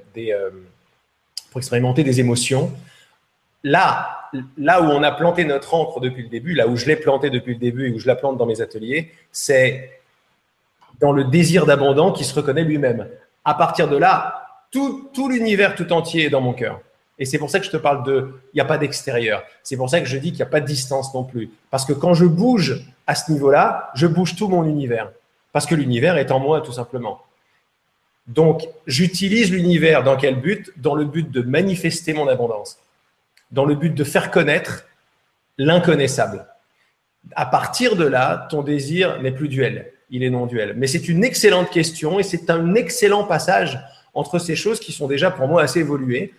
des émotions. Là où on a planté notre ancre depuis le début, là où je l'ai planté depuis le début et où je la plante dans mes ateliers, c'est dans le désir d'abondance qui se reconnaît lui-même. À partir de là, tout l'univers tout entier est dans mon cœur. Et c'est pour ça que je te parle il n'y a pas d'extérieur. C'est pour ça que je dis qu'il n'y a pas de distance non plus. Parce que quand je bouge à ce niveau-là, je bouge tout mon univers. Parce que l'univers est en moi, tout simplement. Donc, j'utilise l'univers dans quel but? Dans le but de manifester mon abondance. Dans le but de faire connaître l'inconnaissable. À partir de là, ton désir n'est plus duel. Il est non duel. Mais c'est une excellente question et c'est un excellent passage entre ces choses qui sont déjà pour moi assez évoluées.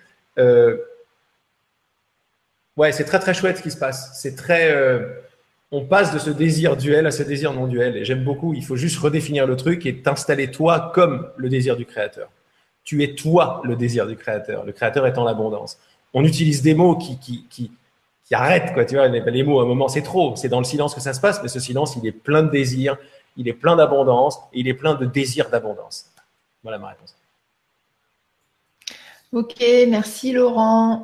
Ouais, c'est très très chouette ce qui se passe. C'est très... on passe de ce désir duel à ce désir non duel. Et j'aime beaucoup, il faut juste redéfinir le truc et t'installer toi comme le désir du Créateur. Tu es toi le désir du Créateur. Le Créateur étant l'abondance. On utilise des mots qui arrêtent, quoi. Tu vois, les mots, à un moment, c'est trop. C'est dans le silence que ça se passe, mais ce silence, il est plein de désir, il est plein d'abondance et il est plein de désir d'abondance. Voilà ma réponse. Ok, merci Laurent.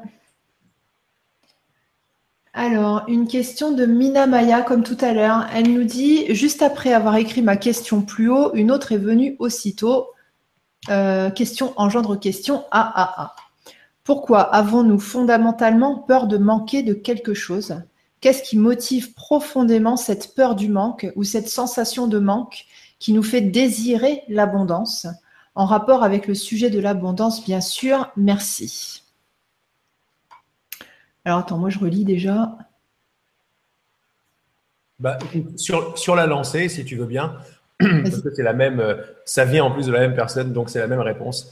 Alors, une question de Mina Maya, comme tout à l'heure. Elle nous dit, juste après avoir écrit ma question plus haut, une autre est venue aussitôt. Question engendre question. Pourquoi avons-nous fondamentalement peur de manquer de quelque chose? Qu'est-ce qui motive profondément cette peur du manque ou cette sensation de manque qui nous fait désirer l'abondance? En rapport avec le sujet de l'abondance, bien sûr. Merci. Alors, attends, moi, je relis déjà. Bah, sur la lancée, si tu veux bien, parce que c'est la même, ça vient en plus de la même personne, donc c'est la même réponse.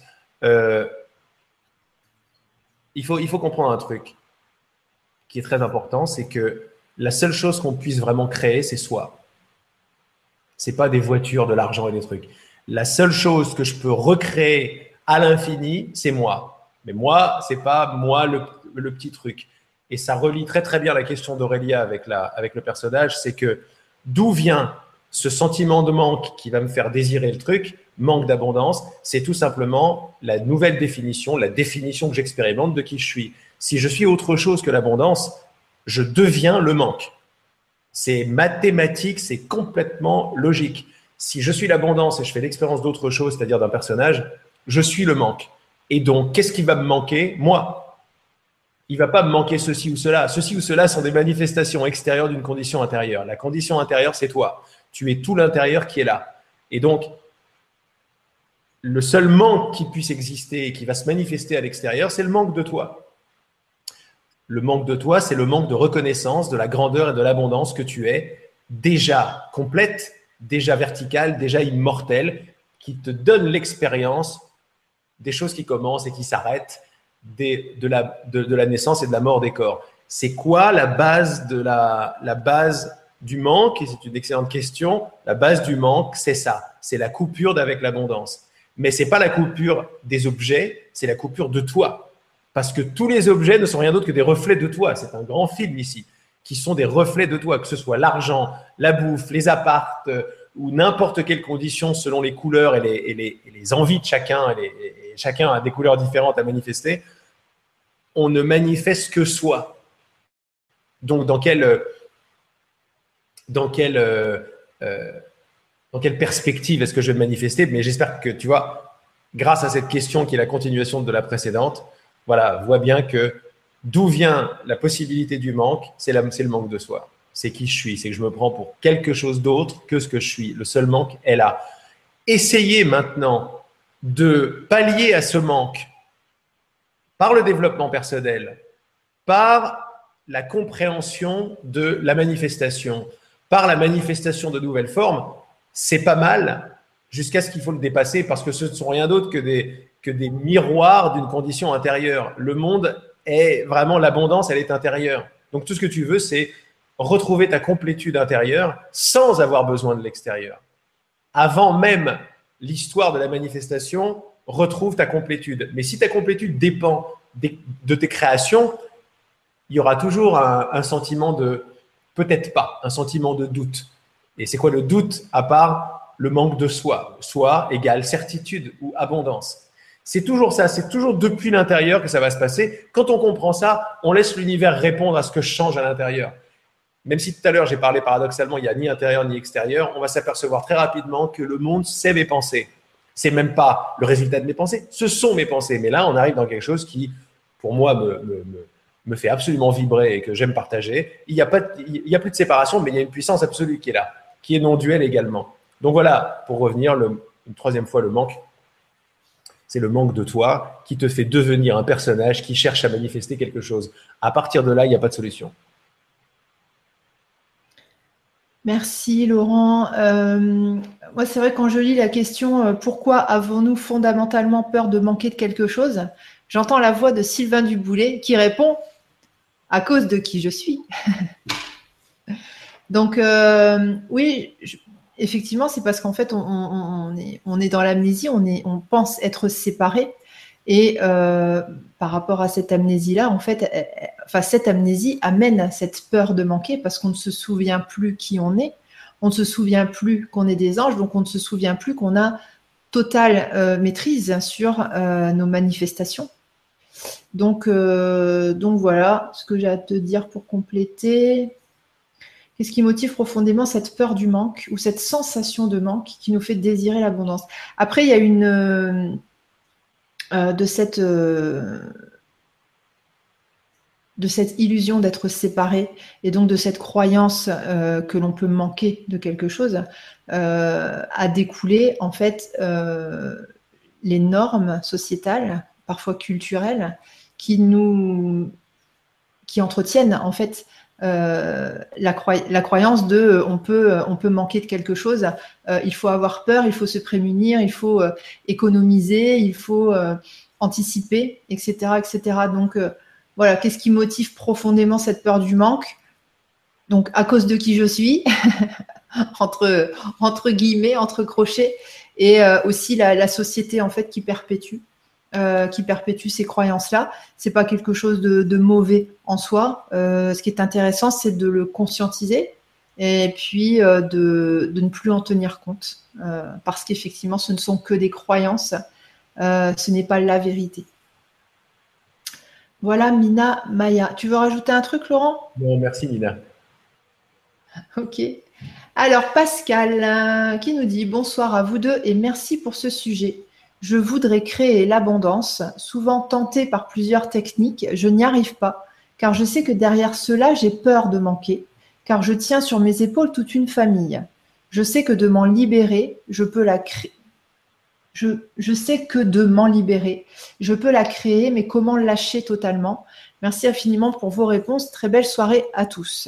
Il faut comprendre un truc qui est très important, c'est que la seule chose qu'on puisse vraiment créer, c'est soi. C'est pas des voitures, de l'argent et des trucs. La seule chose que je peux recréer à l'infini, c'est moi. Mais moi, c'est pas moi le petit truc. Et ça relie très très bien la question d'Aurélia avec le personnage, c'est que d'où vient ce sentiment de manque qui va me faire désirer le truc, manque d'abondance, c'est tout simplement la nouvelle définition, la définition que j'expérimente de qui je suis. Si je suis autre chose que l'abondance, je deviens le manque. C'est mathématique, c'est complètement logique. Si je suis l'abondance et je fais l'expérience d'autre chose, c'est-à-dire d'un personnage, je suis le manque. Et donc, qu'est-ce qui va me manquer? Moi. Il ne va pas me manquer ceci ou cela. Ceci ou cela sont des manifestations extérieures d'une condition intérieure. La condition intérieure, c'est toi. Tu es tout l'intérieur qui est là. Et donc, le seul manque qui puisse exister et qui va se manifester à l'extérieur, c'est le manque de toi. Le manque de toi, c'est le manque de reconnaissance de la grandeur et de l'abondance que tu es, déjà complète, déjà verticale, déjà immortelle, qui te donne l'expérience des choses qui commencent et qui s'arrêtent, de la naissance et de la mort des corps. C'est quoi la base du manque? Et c'est une excellente question. La base du manque, c'est ça. C'est la coupure d'avec l'abondance. Mais ce n'est pas la coupure des objets, c'est la coupure de toi. Parce que tous les objets ne sont rien d'autre que des reflets de toi. C'est un grand film ici, qui sont des reflets de toi, que ce soit l'argent, la bouffe, les appartes, ou n'importe quelle condition selon les couleurs et les envies de chacun. Et chacun a des couleurs différentes à manifester. On ne manifeste que soi. Donc, dans quelle perspective est-ce que je vais me manifester? Mais j'espère que, tu vois, grâce à cette question qui est la continuation de la précédente, voilà, vois bien que d'où vient la possibilité du manque, c'est le manque de soi. C'est qui je suis, c'est que je me prends pour quelque chose d'autre que ce que je suis. Le seul manque est là. Essayez maintenant de pallier à ce manque par le développement personnel, par la compréhension de la manifestation, par la manifestation de nouvelles formes. C'est pas mal jusqu'à ce qu'il faut le dépasser parce que ce ne sont rien d'autre que des miroirs d'une condition intérieure. Le monde est vraiment l'abondance, elle est intérieure. Donc tout ce que tu veux, c'est retrouver ta complétude intérieure sans avoir besoin de l'extérieur. Avant même l'histoire de la manifestation, retrouve ta complétude. Mais si ta complétude dépend de tes créations, il y aura toujours un sentiment de peut-être pas, un sentiment de doute. Et c'est quoi le doute à part le manque de soi? Soi égale certitude ou abondance. C'est toujours ça, c'est toujours depuis l'intérieur que ça va se passer. Quand on comprend ça, on laisse l'univers répondre à ce que je change à l'intérieur. Même si tout à l'heure j'ai parlé paradoxalement, il n'y a ni intérieur ni extérieur, on va s'apercevoir très rapidement que le monde c'est mes pensées. C'est même pas le résultat de mes pensées, ce sont mes pensées. Mais là, on arrive dans quelque chose qui, pour moi, me fait absolument vibrer et que j'aime partager. Il n'y a plus de séparation, mais il y a une puissance absolue qui est là, qui est non duelle également. Donc voilà, pour revenir, une troisième fois, le manque, c'est le manque de toi qui te fait devenir un personnage qui cherche à manifester quelque chose. À partir de là, il n'y a pas de solution. Merci Laurent. Moi, c'est vrai quand je lis la question pourquoi avons-nous fondamentalement peur de manquer de quelque chose, j'entends la voix de Sylvain Duboulet qui répond à cause de qui je suis. Donc oui, effectivement, c'est parce qu'en fait on est dans l'amnésie, on pense être séparé et par rapport à cette amnésie-là, en fait, cette amnésie amène cette peur de manquer parce qu'on ne se souvient plus qui on est, on ne se souvient plus qu'on est des anges, donc on ne se souvient plus qu'on a totale maîtrise sur nos manifestations. Donc voilà ce que j'ai à te dire pour compléter. Qu'est-ce qui motive profondément cette peur du manque ou cette sensation de manque qui nous fait désirer l'abondance? Après, il y a de cette illusion d'être séparé et donc de cette croyance que l'on peut manquer de quelque chose a découlé en fait les normes sociétales, parfois culturelles, qui entretiennent en fait la croyance de on peut manquer de quelque chose, il faut avoir peur, il faut se prémunir, il faut économiser, il faut anticiper, etc., etc. Donc voilà, qu'est-ce qui motive profondément cette peur du manque? Donc à cause de qui je suis, entre guillemets, entre crochets, et aussi la société en fait qui perpétue ces croyances-là. C'est pas quelque chose de mauvais en soi. Ce qui est intéressant, c'est de le conscientiser et puis de ne plus en tenir compte, parce qu'effectivement, ce ne sont que des croyances. Ce n'est pas la vérité. Voilà, Mina Maya. Tu veux rajouter un truc, Laurent? Non, merci Nina. Ok. Alors, Pascal, qui nous dit bonsoir à vous deux et merci pour ce sujet. Je voudrais créer l'abondance, souvent tentée par plusieurs techniques, je n'y arrive pas, car je sais que derrière cela, j'ai peur de manquer, car je tiens sur mes épaules toute une famille. Je sais que de m'en libérer, je peux la créer. Je sais que de m'en libérer, je peux la créer, mais comment lâcher totalement? Merci infiniment pour vos réponses. Très belle soirée à tous.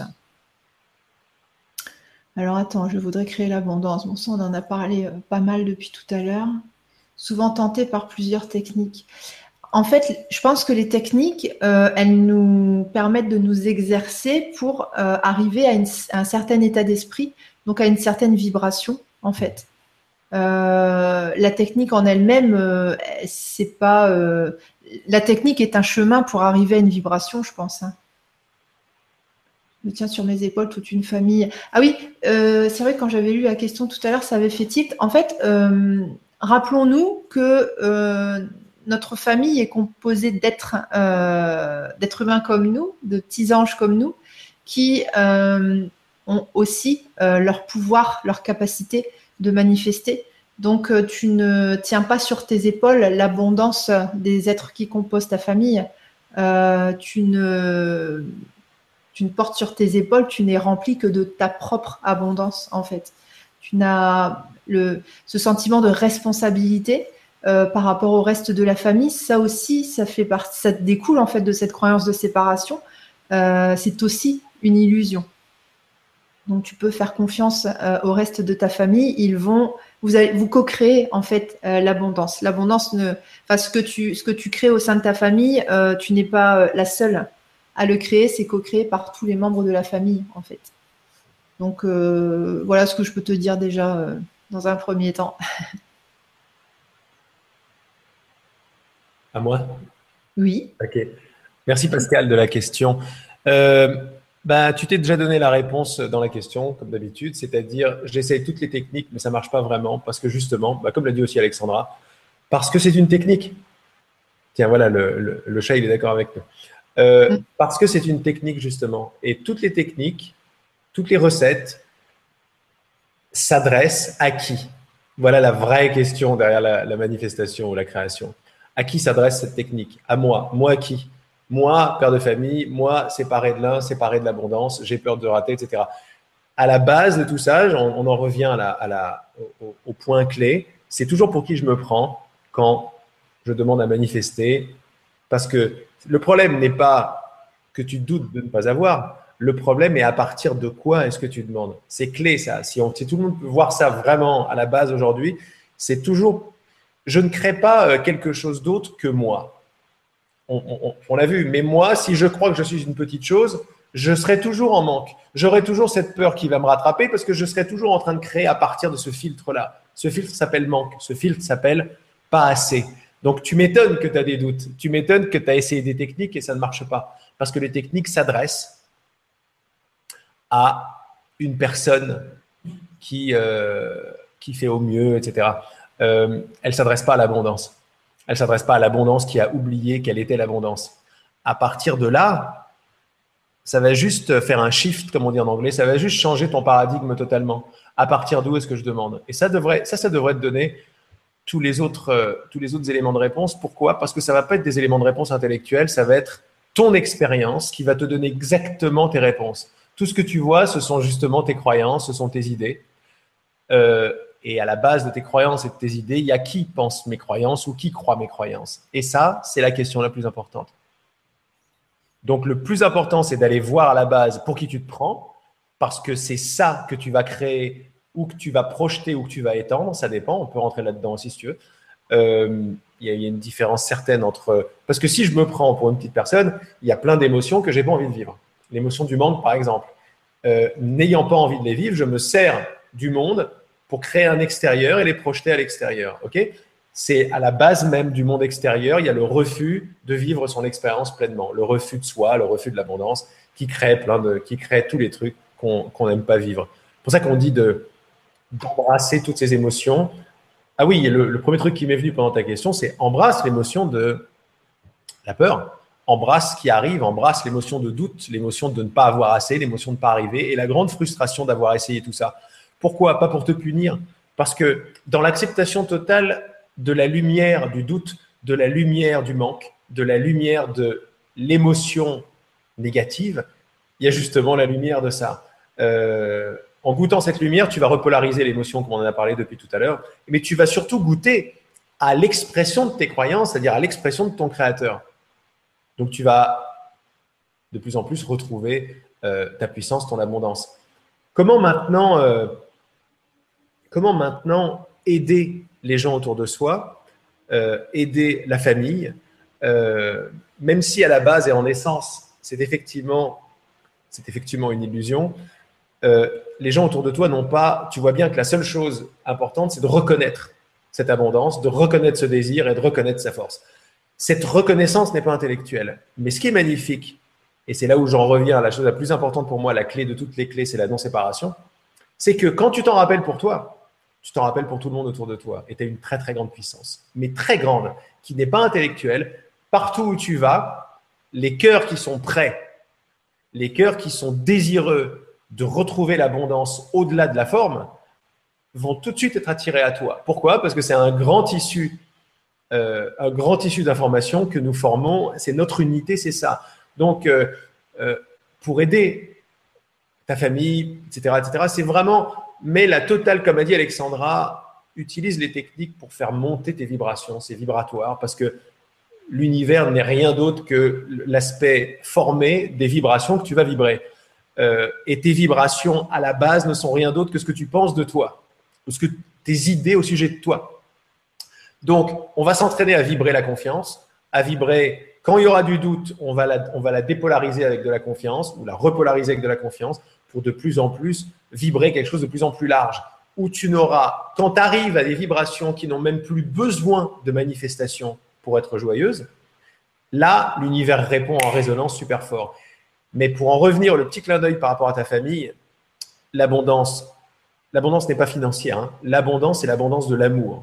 Alors attends, je voudrais créer l'abondance. Bon, ça, on en a parlé pas mal depuis tout à l'heure. Souvent tenté par plusieurs techniques. En fait, je pense que les techniques, elles nous permettent de nous exercer pour arriver à un certain état d'esprit, donc à une certaine vibration, en fait. La technique en elle-même, c'est pas. La technique est un chemin pour arriver à une vibration, je pense. Hein. Je tiens sur mes épaules toute une famille. Ah oui, c'est vrai que quand j'avais lu la question tout à l'heure, ça avait fait tilt. En fait, rappelons-nous que notre famille est composée d'êtres humains comme nous, de petits anges comme nous, qui ont aussi leur pouvoir, leur capacité de manifester. Donc, tu ne tiens pas sur tes épaules l'abondance des êtres qui composent ta famille. Tu ne portes sur tes épaules, tu n'es rempli que de ta propre abondance, en fait. Tu n'as ce sentiment de responsabilité par rapport au reste de la famille. Ça aussi, ça découle, en fait, de cette croyance de séparation. C'est aussi une illusion. Donc, tu peux faire confiance au reste de ta famille. Vous co-créez en fait l'abondance. L'abondance, ce que tu crées au sein de ta famille, tu n'es pas la seule à le créer. C'est co-créé par tous les membres de la famille en fait. Donc, voilà ce que je peux te dire déjà dans un premier temps. À moi? Oui. Ok. Merci Pascal de la question. Tu t'es déjà donné la réponse dans la question, comme d'habitude, c'est-à-dire j'essaye toutes les techniques, mais ça marche pas vraiment parce que justement, comme l'a dit aussi Alexandra, parce que c'est une technique. Tiens, voilà, le chat, il est d'accord avec nous. Parce que c'est une technique justement, et toutes les techniques, toutes les recettes s'adressent à qui? Voilà la vraie question derrière la manifestation ou la création. À qui s'adresse cette technique? À moi. Moi à qui? Moi, père de famille, moi, séparé de l'un, séparé de l'abondance, j'ai peur de rater, etc. À la base de tout ça, on en revient au point clé. C'est toujours pour qui je me prends quand je demande à manifester. Parce que le problème n'est pas que tu doutes de ne pas avoir. Le problème est à partir de quoi est-ce que tu demandes. C'est clé ça. Si tout le monde peut voir ça vraiment à la base aujourd'hui, c'est toujours, je ne crée pas quelque chose d'autre que moi. On l'a vu, mais moi, si je crois que je suis une petite chose, je serai toujours en manque. J'aurai toujours cette peur qui va me rattraper parce que je serai toujours en train de créer à partir de ce filtre-là. Ce filtre s'appelle manque. Ce filtre s'appelle pas assez. Donc, tu m'étonnes que tu as des doutes. Tu m'étonnes que tu as essayé des techniques et ça ne marche pas. Parce que les techniques s'adressent à une personne qui fait au mieux, etc. Elle ne s'adresse pas à l'abondance. Elle ne s'adresse pas à l'abondance qui a oublié quelle était l'abondance. À partir de là, ça va juste faire un shift, comme on dit en anglais, ça va juste changer ton paradigme totalement. À partir d'où est-ce que je demande? Et ça devrait te donner tous les autres éléments de réponse. Pourquoi? Parce que ça ne va pas être des éléments de réponse intellectuels, ça va être ton expérience qui va te donner exactement tes réponses. Tout ce que tu vois, ce sont justement tes croyances, ce sont tes idées. Et à la base de tes croyances et de tes idées, il y a qui pense mes croyances ou qui croit mes croyances. Et ça, c'est la question la plus importante. Donc, le plus important, c'est d'aller voir à la base pour qui tu te prends, parce que c'est ça que tu vas créer ou que tu vas projeter ou que tu vas étendre. Ça dépend, on peut rentrer là-dedans aussi si tu veux. Il y a une différence certaine entre… Parce que si je me prends pour une petite personne, il y a plein d'émotions que je n'ai pas envie de vivre. L'émotion du manque, par exemple. N'ayant pas envie de les vivre, je me sers du monde pour créer un extérieur et les projeter à l'extérieur. Okay, c'est à la base même du monde extérieur, il y a le refus de vivre son expérience pleinement, le refus de soi, le refus de l'abondance, qui crée tous les trucs qu'on n'aime pas vivre. C'est pour ça qu'on dit d'embrasser toutes ces émotions. Ah oui, le premier truc qui m'est venu pendant ta question, c'est embrasse l'émotion de la peur. embrasse ce qui arrive, embrasse l'émotion de doute, l'émotion de ne pas avoir assez, l'émotion de ne pas arriver et la grande frustration d'avoir essayé tout ça. Pourquoi? Pas pour te punir, parce que dans l'acceptation totale de la lumière du doute, de la lumière du manque, de la lumière de l'émotion négative, il y a justement la lumière de ça. En goûtant cette lumière, tu vas repolariser l'émotion, comme on en a parlé depuis tout à l'heure, mais tu vas surtout goûter à l'expression de tes croyances, c'est-à-dire à l'expression de ton créateur. Donc, tu vas de plus en plus retrouver ta puissance, ton abondance. Comment maintenant aider les gens autour de soi, aider la famille, même si à la base et en essence, c'est effectivement une illusion. Les gens autour de toi n'ont pas, tu vois bien que la seule chose importante, c'est de reconnaître cette abondance, de reconnaître ce désir et de reconnaître sa force. Cette reconnaissance n'est pas intellectuelle. Mais ce qui est magnifique, et c'est là où j'en reviens à la chose la plus importante pour moi, la clé de toutes les clés, c'est la non-séparation, c'est que quand tu t'en rappelles pour toi, tu t'en rappelles pour tout le monde autour de toi. Et tu as une très très grande puissance, mais très grande, qui n'est pas intellectuelle. Partout où tu vas, les cœurs qui sont prêts, les cœurs qui sont désireux de retrouver l'abondance au-delà de la forme, vont tout de suite être attirés à toi. Pourquoi? Parce que c'est un grand tissu d'informations que nous formons. C'est notre unité, c'est ça. Donc, pour aider ta famille, etc., c'est vraiment, mais la totale, comme a dit Alexandra, utilise les techniques pour faire monter tes vibrations, c'est vibratoire, parce que l'univers n'est rien d'autre que l'aspect formé des vibrations que tu vas vibrer. Et tes vibrations, à la base, ne sont rien d'autre que ce que tu penses de toi, ou ce que tes idées au sujet de toi. Donc, on va s'entraîner à vibrer la confiance, à vibrer, quand il y aura du doute, on va la dépolariser avec de la confiance, ou la repolariser avec de la confiance, pour de plus en plus vibrer quelque chose de plus en plus large, où tu n'auras, quand tu arrives à des vibrations qui n'ont même plus besoin de manifestation pour être joyeuses, là, l'univers répond en résonance super fort. Mais pour en revenir, le petit clin d'œil par rapport à ta famille, l'abondance n'est pas financière, hein. L'abondance, c'est l'abondance de l'amour.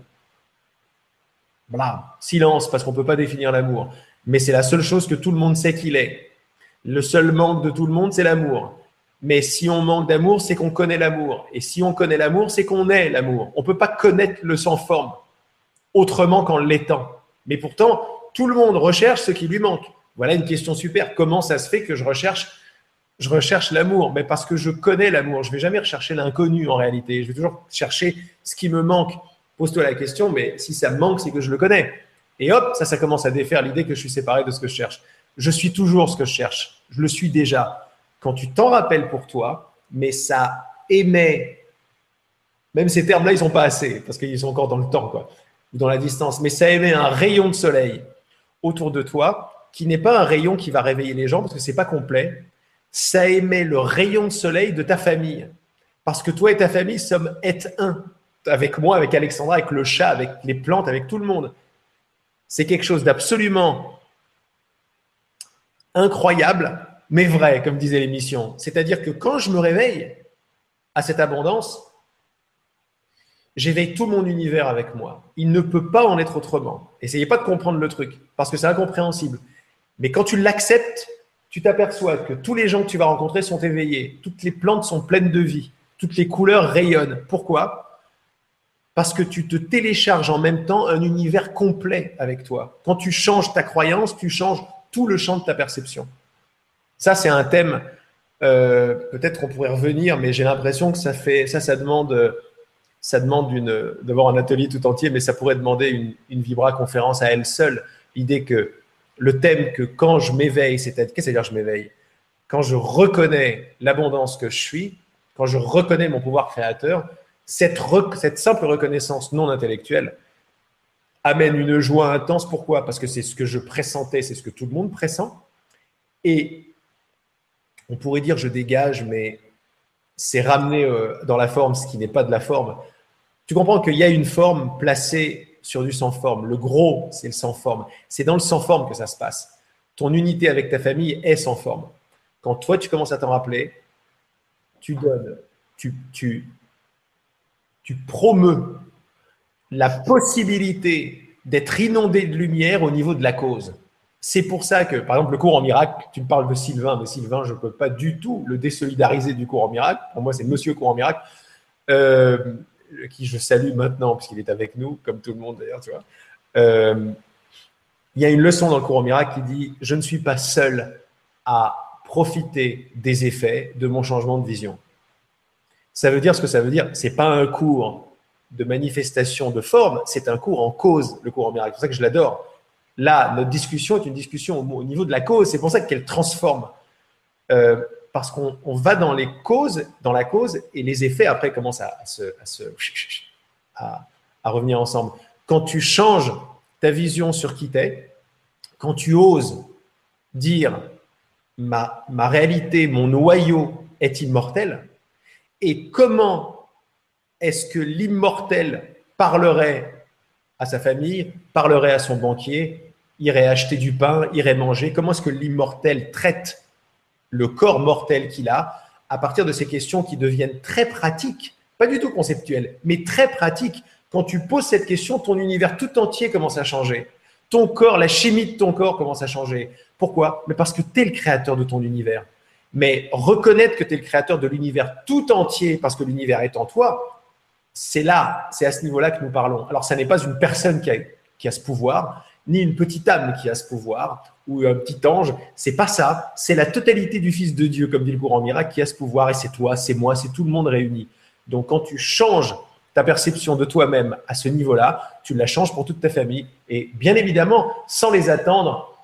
Voilà, silence, parce qu'on ne peut pas définir l'amour. Mais c'est la seule chose que tout le monde sait qu'il est. Le seul manque de tout le monde, c'est l'amour. Mais si on manque d'amour, c'est qu'on connaît l'amour. Et si on connaît l'amour, c'est qu'on est l'amour. On ne peut pas connaître le sans forme autrement qu'en l'étant. Mais pourtant, tout le monde recherche ce qui lui manque. Voilà une question super. Comment ça se fait que je recherche l'amour? Mais parce que je connais l'amour. Je ne vais jamais rechercher l'inconnu en réalité. Je vais toujours chercher ce qui me manque. Pose-toi la question, mais si ça me manque, c'est que je le connais. Et hop, ça commence à défaire l'idée que je suis séparé de ce que je cherche. Je suis toujours ce que je cherche. Je le suis déjà. Quand tu t'en rappelles pour toi, mais ça émet, même ces termes-là, ils ne sont pas assez, parce qu'ils sont encore dans le temps, quoi, ou dans la distance, mais ça émet un rayon de soleil autour de toi, qui n'est pas un rayon qui va réveiller les gens, parce que ce n'est pas complet. Ça émet le rayon de soleil de ta famille. Parce que toi et ta famille êtes un. Avec moi, avec Alexandra, avec le chat, avec les plantes, avec tout le monde. C'est quelque chose d'absolument incroyable, mais vrai, comme disait l'émission. C'est-à-dire que quand je me réveille à cette abondance, j'éveille tout mon univers avec moi. Il ne peut pas en être autrement. Essayez pas de comprendre le truc, parce que c'est incompréhensible. Mais quand tu l'acceptes, tu t'aperçois que tous les gens que tu vas rencontrer sont éveillés. Toutes les plantes sont pleines de vie. Toutes les couleurs rayonnent. Pourquoi ? Parce que tu te télécharges en même temps un univers complet avec toi. Quand tu changes ta croyance, tu changes tout le champ de ta perception. Ça, c'est un thème, peut-être qu'on pourrait revenir, mais j'ai l'impression que ça demande d'avoir un atelier tout entier, mais ça pourrait demander une vibra-conférence à elle seule. L'idée que le thème que quand je m'éveille, qu'est-ce que c'est-à-dire je m'éveille? Quand je reconnais l'abondance que je suis, quand je reconnais mon pouvoir créateur, cette simple reconnaissance non intellectuelle amène une joie intense. Pourquoi? Parce que c'est ce que je pressentais, c'est ce que tout le monde pressent. Et on pourrait dire je dégage, mais c'est ramener dans la forme ce qui n'est pas de la forme. Tu comprends qu'il y a une forme placée sur du sans forme. Le gros, c'est le sans forme. C'est dans le sans forme que ça se passe. Ton unité avec ta famille est sans forme. Quand toi, tu commences à t'en rappeler, tu donnes, tu promeus la possibilité d'être inondé de lumière au niveau de la cause. C'est pour ça que, par exemple, le cours en miracle, tu me parles de Sylvain, mais Sylvain, je ne peux pas du tout le désolidariser du cours en miracle. Pour moi, c'est monsieur cours en miracle, qui je salue maintenant, puisqu'il est avec nous, comme tout le monde d'ailleurs, tu vois. Il y a une leçon dans le cours en miracle qui dit « Je ne suis pas seul à profiter des effets de mon changement de vision ». Ça veut dire ce que ça veut dire. Ce n'est pas un cours de manifestation de forme, c'est un cours en cause, le cours en miracle. C'est pour ça que je l'adore. Là, notre discussion est une discussion au niveau de la cause. C'est pour ça qu'elle transforme. Parce qu'on va dans les causes, dans la cause, et les effets après commencent à revenir ensemble. Quand tu changes ta vision sur qui t'es, quand tu oses dire ma réalité, mon noyau est immortel, et comment est-ce que l'immortel parlerait à sa famille, parlerait à son banquier, irait acheter du pain, irait manger, comment est-ce que l'immortel traite le corps mortel qu'il a, à partir de ces questions qui deviennent très pratiques, pas du tout conceptuelles, mais très pratiques. Quand tu poses cette question, ton univers tout entier commence à changer. Ton corps, la chimie de ton corps commence à changer. Pourquoi? Mais parce que tu es le créateur de ton univers. Mais reconnaître que tu es le créateur de l'univers tout entier, parce que l'univers est en toi, c'est à ce niveau-là que nous parlons. Alors, ça n'est pas une personne qui a ce pouvoir, ni une petite âme qui a ce pouvoir, ou un petit ange, c'est pas ça, c'est la totalité du Fils de Dieu, comme dit le cours en miracle, qui a ce pouvoir, et c'est toi, c'est moi, c'est tout le monde réuni. Donc quand tu changes ta perception de toi-même à ce niveau-là, tu la changes pour toute ta famille, et bien évidemment, sans les attendre,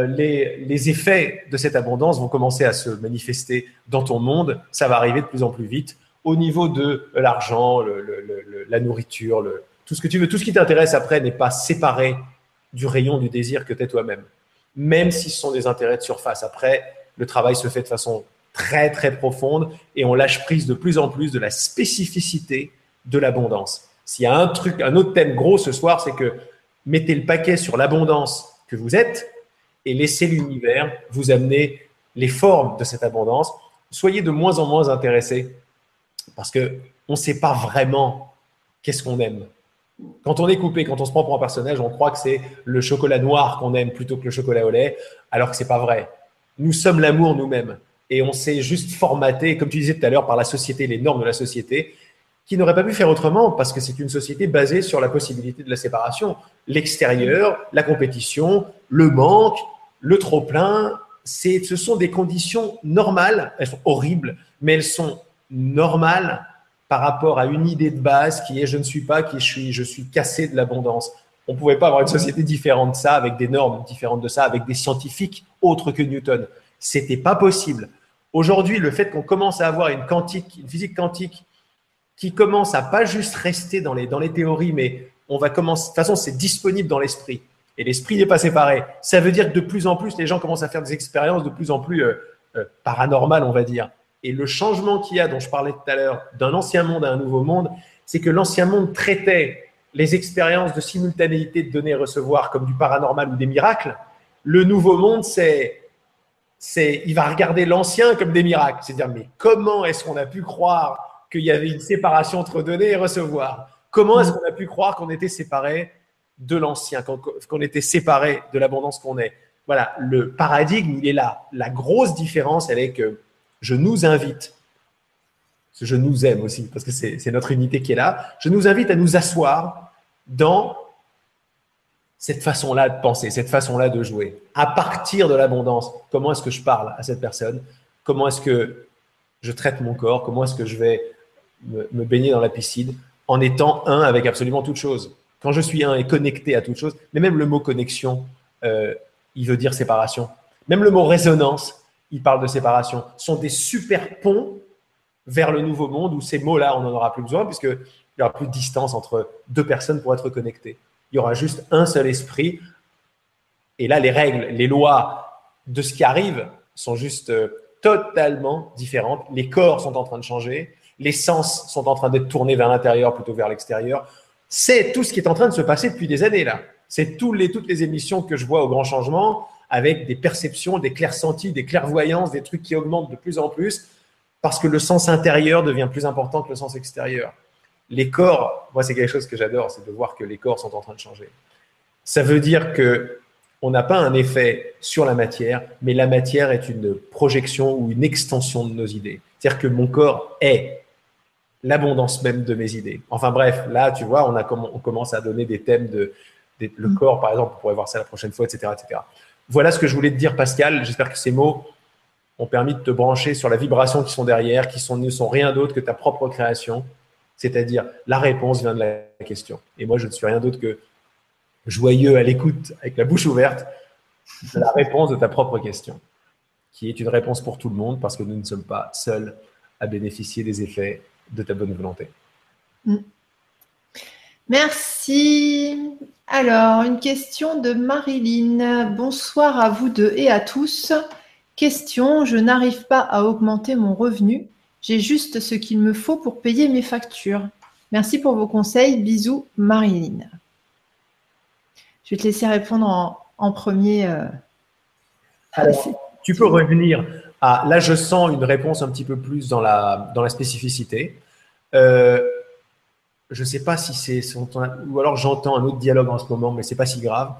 les effets de cette abondance vont commencer à se manifester dans ton monde, ça va arriver de plus en plus vite, au niveau de l'argent, la nourriture, tout ce que tu veux, tout ce qui t'intéresse après n'est pas séparé du rayon du désir que tu es toi-même. Même si ce sont des intérêts de surface. Après, le travail se fait de façon très, très profonde et on lâche prise de plus en plus de la spécificité de l'abondance. S'il y a un autre thème gros ce soir, c'est que mettez le paquet sur l'abondance que vous êtes et laissez l'univers vous amener les formes de cette abondance. Soyez de moins en moins intéressés parce qu'on ne sait pas vraiment qu'est-ce qu'on aime. Quand on est coupé, quand on se prend pour un personnage, on croit que c'est le chocolat noir qu'on aime plutôt que le chocolat au lait, alors que ce n'est pas vrai. Nous sommes l'amour nous-mêmes et on s'est juste formaté, comme tu disais tout à l'heure, par la société, les normes de la société, qui n'aurait pas pu faire autrement parce que c'est une société basée sur la possibilité de la séparation. L'extérieur, la compétition, le manque, le trop-plein, ce sont des conditions normales. Elles sont horribles, mais elles sont normales par rapport à une idée de base qui est « je ne suis pas qui je suis cassé de l'abondance ». On ne pouvait pas avoir une société différente de ça, avec des normes différentes de ça, avec des scientifiques autres que Newton. Ce n'était pas possible. Aujourd'hui, le fait qu'on commence à avoir une physique quantique qui commence à pas juste rester dans les théories, mais on va commencer… De toute façon, c'est disponible dans l'esprit. Et l'esprit n'est pas séparé. Ça veut dire que de plus en plus, les gens commencent à faire des expériences de plus en plus paranormales, on va dire. Et le changement qu'il y a, dont je parlais tout à l'heure, d'un ancien monde à un nouveau monde, c'est que l'ancien monde traitait les expériences de simultanéité de donner et recevoir comme du paranormal ou des miracles. Le nouveau monde, il va regarder l'ancien comme des miracles. C'est-à-dire, mais comment est-ce qu'on a pu croire qu'il y avait une séparation entre donner et recevoir? Comment est-ce qu'on a pu croire qu'on était séparés de l'ancien, qu'on était séparés de l'abondance qu'on est? Voilà, le paradigme, il est là. La grosse différence, elle est que je nous invite, parce que je nous aime aussi, parce que c'est notre unité qui est là, je nous invite à nous asseoir dans cette façon-là de penser, cette façon-là de jouer. À partir de l'abondance, comment est-ce que je parle à cette personne? Comment est-ce que je traite mon corps? Comment est-ce que je vais me baigner dans la piscine en étant un avec absolument toute chose? Quand je suis un et connecté à toute chose, mais même le mot connexion, il veut dire séparation. Même le mot résonance, il parle de séparation, sont des super ponts vers le nouveau monde où ces mots-là, on n'en aura plus besoin puisqu'il n'y aura plus de distance entre deux personnes pour être connectées. Il y aura juste un seul esprit. Et là, les règles, les lois de ce qui arrive sont juste totalement différentes. Les corps sont en train de changer. Les sens sont en train d'être tournés vers l'intérieur plutôt que vers l'extérieur. C'est tout ce qui est en train de se passer depuis des années là. C'est toutes les émissions que je vois au Grand Changement, avec des perceptions, des clairsentis, des clairvoyances, des trucs qui augmentent de plus en plus parce que le sens intérieur devient plus important que le sens extérieur. Les corps, moi c'est quelque chose que j'adore, c'est de voir que les corps sont en train de changer. Ça veut dire que on n'a pas un effet sur la matière, mais la matière est une projection ou une extension de nos idées. C'est-à-dire que mon corps est l'abondance même de mes idées. Enfin bref, là, tu vois, on commence à donner des thèmes le corps, par exemple, on pourrait voir ça la prochaine fois, etc., etc. Voilà ce que je voulais te dire, Pascal. J'espère que ces mots ont permis de te brancher sur la vibration qui sont derrière, ne sont rien d'autre que ta propre création, c'est-à-dire la réponse vient de la question. Et moi, je ne suis rien d'autre que joyeux à l'écoute, avec la bouche ouverte, de la réponse de ta propre question, qui est une réponse pour tout le monde, parce que nous ne sommes pas seuls à bénéficier des effets de ta bonne volonté. Merci. Alors, une question de Marilyn. Bonsoir à vous deux et à tous. Question, je n'arrive pas à augmenter mon revenu. J'ai juste ce qu'il me faut pour payer mes factures. Merci pour vos conseils. Bisous, Marilyn. Je vais te laisser répondre en premier. Alors, tu peux revenir à… Là, je sens une réponse un petit peu plus dans la spécificité. Je ne sais pas si c'est ou alors j'entends un autre dialogue en ce moment, mais ce n'est pas si grave.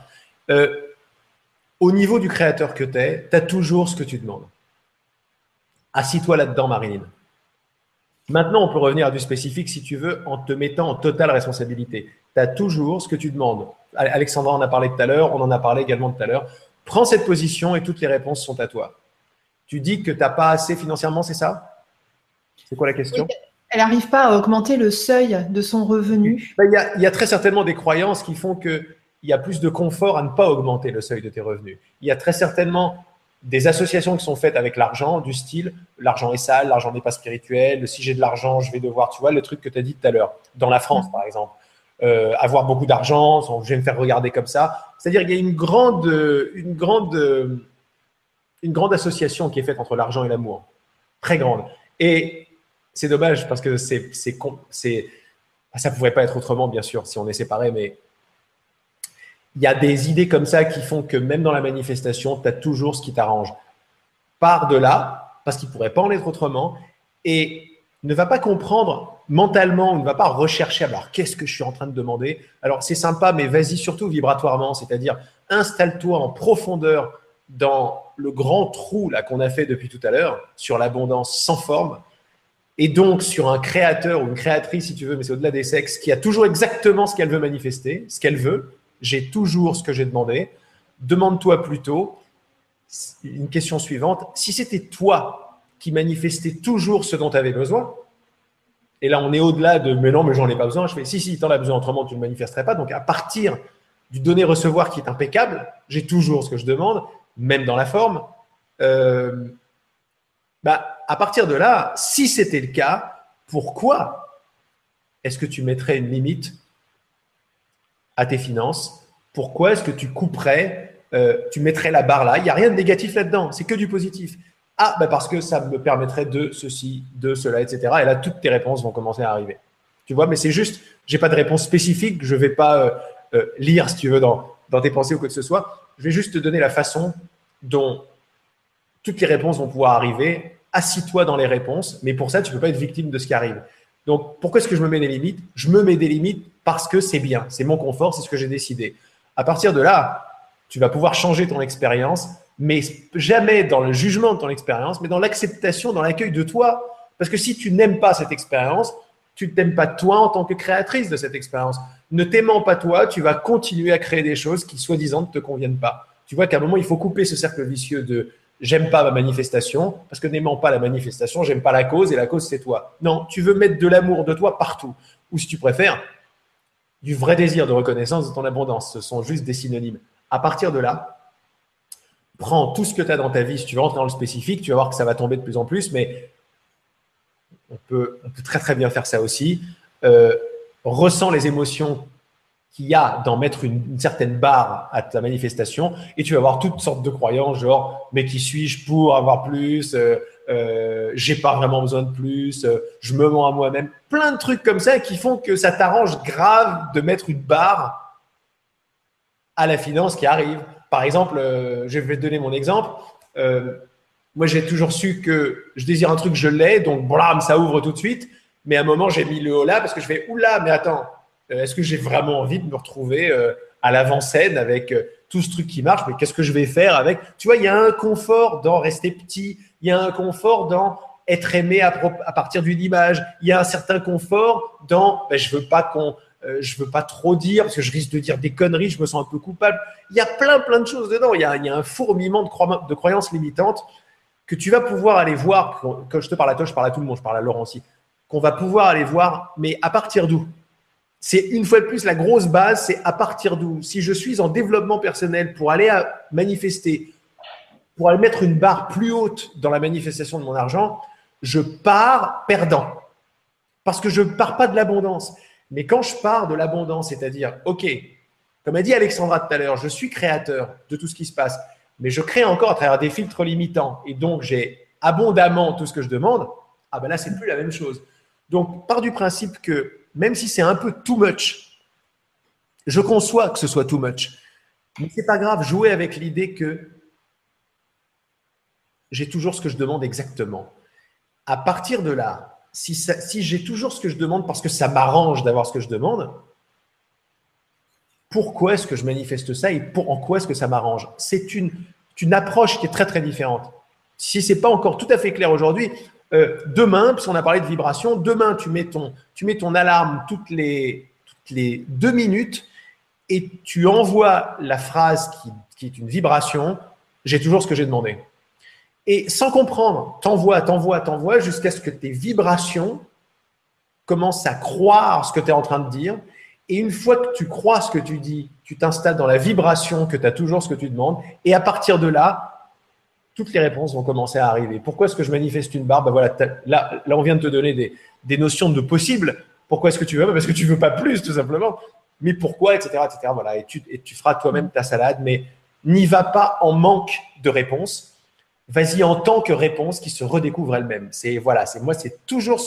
Au niveau du créateur que tu es, tu as toujours ce que tu demandes. Assis-toi là-dedans, Marilyn. Maintenant, on peut revenir à du spécifique si tu veux, en te mettant en totale responsabilité. Tu as toujours ce que tu demandes. Alexandra en a parlé tout à l'heure, on en a parlé également tout à l'heure. Prends cette position et toutes les réponses sont à toi. Tu dis que tu n'as pas assez financièrement, c'est ça? C'est quoi la question? Oui, elle n'arrive pas à augmenter le seuil de son revenu. Il y a très certainement des croyances qui font qu'il y a plus de confort à ne pas augmenter le seuil de tes revenus. Il y a très certainement des associations qui sont faites avec l'argent, du style l'argent est sale, l'argent n'est pas spirituel, si j'ai de l'argent, je vais devoir, tu vois, le truc que tu as dit tout à l'heure, dans la France par exemple, avoir beaucoup d'argent, je vais me faire regarder comme ça. C'est-à-dire qu'il y a une grande association qui est faite entre l'argent et l'amour, très grande. Et c'est dommage parce que ça ne pourrait pas être autrement, bien sûr, si on est séparés, mais il y a des idées comme ça qui font que même dans la manifestation, tu as toujours ce qui t'arrange. Pars de là, parce qu'il ne pourrait pas en être autrement, et ne va pas comprendre mentalement, ne va pas rechercher, alors qu'est-ce que je suis en train de demander? Alors c'est sympa, mais vas-y surtout vibratoirement, c'est-à-dire installe-toi en profondeur dans le grand trou là qu'on a fait depuis tout à l'heure, sur l'abondance sans forme, et donc sur un créateur ou une créatrice, si tu veux, mais c'est au-delà des sexes, qui a toujours exactement ce qu'elle veut manifester, ce qu'elle veut. J'ai toujours ce que j'ai demandé. Demande-toi plutôt une question suivante. Si c'était toi qui manifestais toujours ce dont tu avais besoin, et là on est au-delà de mais non, mais j'en ai pas besoin, je fais si, tu en as besoin, autrement tu ne le manifesterais pas. Donc à partir du donner-recevoir qui est impeccable, j'ai toujours ce que je demande, même dans la forme. À partir de là, si c'était le cas, pourquoi est-ce que tu mettrais une limite à tes finances? Pourquoi est-ce que tu couperais, tu mettrais la barre là? Il n'y a rien de négatif là-dedans, c'est que du positif. Parce que ça me permettrait de ceci, de cela, etc. Et là, toutes tes réponses vont commencer à arriver. Tu vois, mais c'est juste, je n'ai pas de réponse spécifique, je ne vais pas lire, si tu veux, dans tes pensées ou quoi que ce soit. Je vais juste te donner la façon dont toutes les réponses vont pouvoir arriver. Assis-toi dans les réponses, mais pour ça, tu ne peux pas être victime de ce qui arrive. Donc, pourquoi est-ce que je me mets des limites? Je me mets des limites parce que c'est bien, c'est mon confort, c'est ce que j'ai décidé. À partir de là, tu vas pouvoir changer ton expérience, mais jamais dans le jugement de ton expérience, mais dans l'acceptation, dans l'accueil de toi. Parce que si tu n'aimes pas cette expérience, tu ne t'aimes pas toi en tant que créatrice de cette expérience. Ne t'aimant pas toi, tu vas continuer à créer des choses qui, soi-disant, ne te conviennent pas. Tu vois qu'à un moment, il faut couper ce cercle vicieux de « j'aime pas ma manifestation », parce que n'aimant pas la manifestation, j'aime pas la cause, et la cause, c'est toi. Non, tu veux mettre de l'amour de toi partout. Ou si tu préfères, du vrai désir de reconnaissance de ton abondance. Ce sont juste des synonymes. À partir de là, prends tout ce que tu as dans ta vie. Si tu veux rentrer dans le spécifique, tu vas voir que ça va tomber de plus en plus, mais on peut très très bien faire ça aussi. Ressens les émotions qu'il y a d'en mettre une certaine barre à ta manifestation et tu vas avoir toutes sortes de croyances, genre « mais qui suis-je pour avoir plus j'ai pas vraiment besoin de plus, je me mens à moi-même ». Plein de trucs comme ça qui font que ça t'arrange grave de mettre une barre à la finance qui arrive. Par exemple, je vais te donner mon exemple. Moi, j'ai toujours su que je désire un truc, je l'ai, donc blam, ça ouvre tout de suite. Mais à un moment, j'ai mis le haut là parce que je fais « oula, mais attends, est-ce que j'ai vraiment envie de me retrouver à l'avant-scène avec tout ce truc qui marche, mais qu'est-ce que je vais faire avec? Tu vois, il y a un confort dans rester petit, il y a un confort dans être aimé à partir d'une image, il y a un certain confort dans je veux pas trop dire parce que je risque de dire des conneries, je me sens un peu coupable. Il y a plein de choses dedans. Il y a un fourmillement de croyances limitantes que tu vas pouvoir aller voir. Quand je te parle à toi, je parle à tout le monde, je parle à Laurent aussi, qu'on va pouvoir aller voir, mais à partir d'où? C'est une fois de plus la grosse base, c'est à partir d'où? Si je suis en développement personnel pour aller manifester, pour aller mettre une barre plus haute dans la manifestation de mon argent, je pars perdant. Parce que je ne pars pas de l'abondance. Mais quand je pars de l'abondance, c'est-à-dire, OK, comme a dit Alexandra tout à l'heure, je suis créateur de tout ce qui se passe, mais je crée encore à travers des filtres limitants et donc j'ai abondamment tout ce que je demande, ah ben là, c'est plus la même chose. Donc, part du principe que même si c'est un peu too much, je conçois que ce soit too much, mais c'est pas grave, jouer avec l'idée que j'ai toujours ce que je demande exactement. À partir de là, si j'ai toujours ce que je demande parce que ça m'arrange d'avoir ce que je demande, pourquoi est-ce que je manifeste ça et en quoi est-ce que ça m'arrange? C'est une approche qui est très, très différente. Si ce n'est pas encore tout à fait clair aujourd'hui, demain, puisqu'on a parlé de vibration, demain, tu mets ton alarme toutes les 2 minutes et tu envoies la phrase qui est une vibration, j'ai toujours ce que j'ai demandé. Et sans comprendre, t'envoies jusqu'à ce que tes vibrations commencent à croire ce que tu es en train de dire. Et une fois que tu crois ce que tu dis, tu t'installes dans la vibration que tu as toujours ce que tu demandes. Et à partir de là, toutes les réponses vont commencer à arriver. Pourquoi est-ce que je manifeste une barre? Voilà, là, on vient de te donner des notions de possible. Pourquoi est-ce que tu veux? Parce que tu veux pas plus, tout simplement. Mais pourquoi, etc., etc. Voilà, et tu feras toi-même ta salade. Mais n'y va pas en manque de réponses. Vas-y en tant que réponse qui se redécouvre elle-même. C'est toujours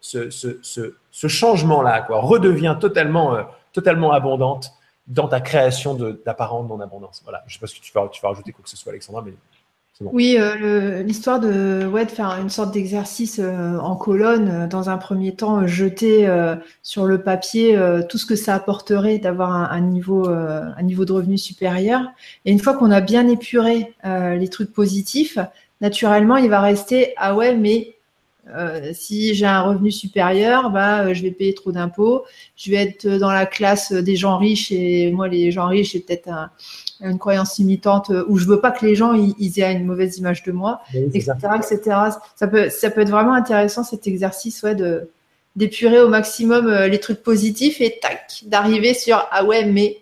ce changement-là, quoi. Redeviens totalement abondante dans ta création d'apparente non-abondance. Voilà. Je ne sais pas si tu vas rajouter quoi que ce soit, Alexandra, mais c'est bon. Oui, l'histoire de faire une sorte d'exercice en colonne, dans un premier temps, jeter sur le papier tout ce que ça apporterait d'avoir un niveau de revenu supérieur. Et une fois qu'on a bien épuré les trucs positifs, naturellement, il va rester ah ouais, mais si j'ai un revenu supérieur, je vais payer trop d'impôts, je vais être dans la classe des gens riches et moi, les gens riches, j'ai peut-être une croyance limitante où je veux pas que les gens ils aient une mauvaise image de moi, oui, etc., etc. Ça peut être vraiment intéressant cet exercice, d'épurer au maximum les trucs positifs et tac, d'arriver sur ah ouais, mais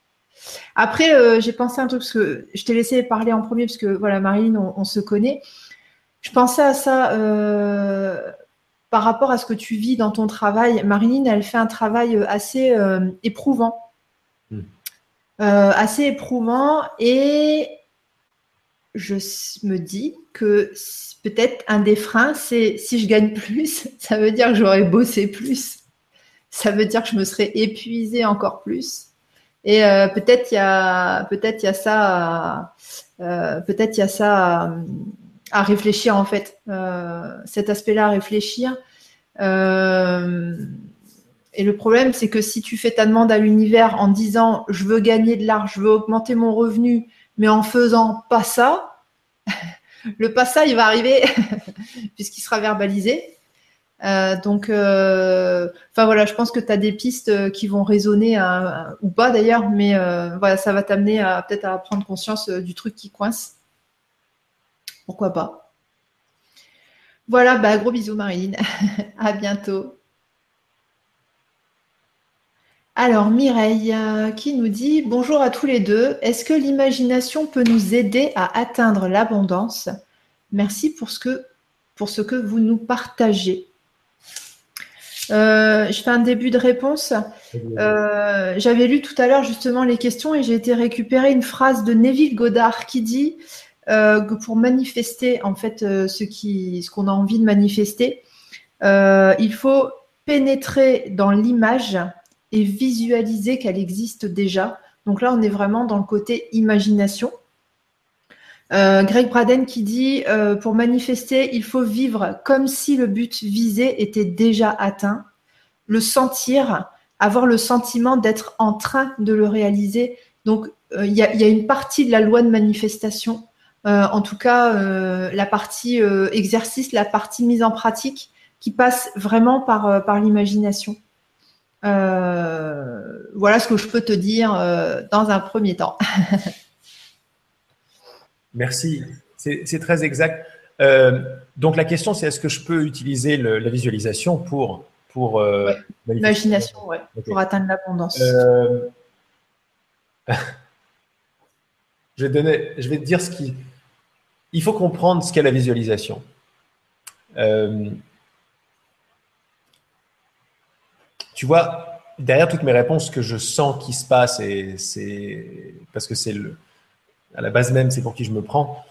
après j'ai pensé à un truc parce que je t'ai laissé parler en premier parce que voilà, Marilyn, on se connaît. Je pensais à ça par rapport à ce que tu vis dans ton travail. Marilyn, elle fait un travail assez éprouvant. Assez éprouvant, et je me dis que peut-être un des freins, c'est si je gagne plus, ça veut dire que j'aurais bossé plus, ça veut dire que je me serais épuisée encore plus, et peut-être il y a ça à réfléchir en fait, cet aspect-là à réfléchir. Et le problème, c'est que si tu fais ta demande à l'univers en disant « je veux gagner de l'argent, je veux augmenter mon revenu », mais en faisant pas ça, le pas ça, il va arriver puisqu'il sera verbalisé. Donc, voilà, je pense que tu as des pistes qui vont résonner ou pas d'ailleurs, mais voilà, ça va t'amener peut-être à prendre conscience du truc qui coince. Pourquoi pas. Voilà, gros bisous Marilyn. À bientôt. Alors Mireille qui nous dit « Bonjour à tous les deux. Est-ce que l'imagination peut nous aider à atteindre l'abondance? Merci pour ce que vous nous partagez. » Je fais un début de réponse. J'avais lu tout à l'heure justement les questions et j'ai été récupérer une phrase de Neville Goddard qui dit que pour manifester en fait ce qu'on a envie de manifester, il faut pénétrer dans l'image et visualiser qu'elle existe déjà. Donc là, on est vraiment dans le côté imagination. Greg Braden qui dit pour manifester, il faut vivre comme si le but visé était déjà atteint, le sentir avoir le sentiment d'être en train de le réaliser. Donc, il y a une partie de la loi de manifestation, en tout cas la partie exercice, la partie mise en pratique, qui passe vraiment par l'imagination. Voilà ce que je peux te dire dans un premier temps. Merci, c'est très exact. Donc la question, c'est est-ce que je peux utiliser la visualisation pour ouais. L'imagination, ouais, okay. Pour atteindre l'abondance. Je vais te dire ce qui... Il faut comprendre ce qu'est la visualisation. Tu vois, derrière toutes mes réponses, ce que je sens qui se passe, et c'est parce que c'est à la base même, c'est pour qui je me prends.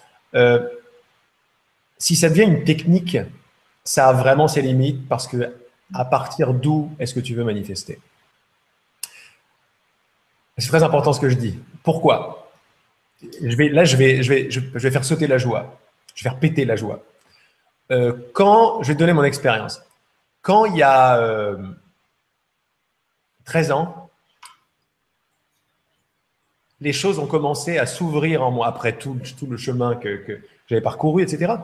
Si ça devient une technique, ça a vraiment ses limites parce que à partir d'où est-ce que tu veux manifester? C'est très important ce que je dis. Pourquoi? Je vais faire sauter la joie. Je vais faire péter la joie. Je vais te donner mon expérience. Quand il y a 13 ans, les choses ont commencé à s'ouvrir en moi après tout le chemin que j'avais parcouru, etc.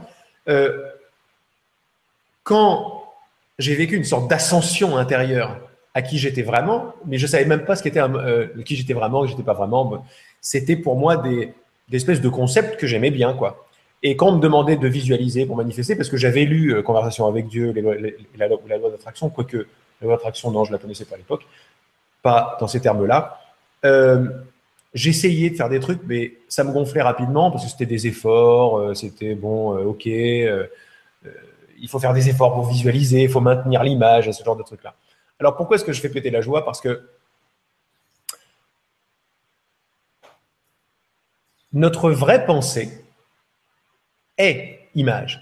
Quand j'ai vécu une sorte d'ascension intérieure à qui j'étais vraiment, mais je ne savais même pas ce qu'était qui j'étais vraiment, que j'étais pas vraiment. C'était pour moi des espèces de concepts que j'aimais bien, quoi. Et quand on me demandait de visualiser pour manifester, parce que j'avais lu Conversation avec Dieu, la loi d'attraction, quoique la loi d'attraction, non, je ne la connaissais pas à l'époque, pas dans ces termes-là. J'essayais de faire des trucs, mais ça me gonflait rapidement parce que c'était des efforts, c'était bon, ok, il faut faire des efforts pour visualiser, il faut maintenir l'image, ce genre de trucs-là. Alors pourquoi est-ce que je fais péter la joie? Parce que notre vraie pensée est image.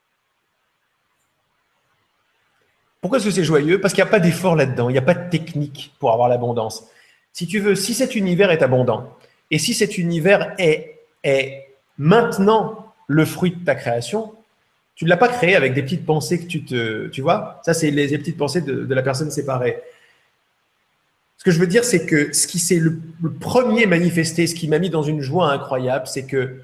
Pourquoi est-ce que c'est joyeux? Parce qu'il n'y a pas d'effort là-dedans, il n'y a pas de technique pour avoir l'abondance. Si tu veux, si cet univers est abondant, et si cet univers est maintenant le fruit de ta création, tu ne l'as pas créé avec des petites pensées que tu vois, ça c'est les petites pensées de la personne séparée. Ce que je veux dire, c'est que ce qui s'est le premier manifesté, ce qui m'a mis dans une joie incroyable, c'est que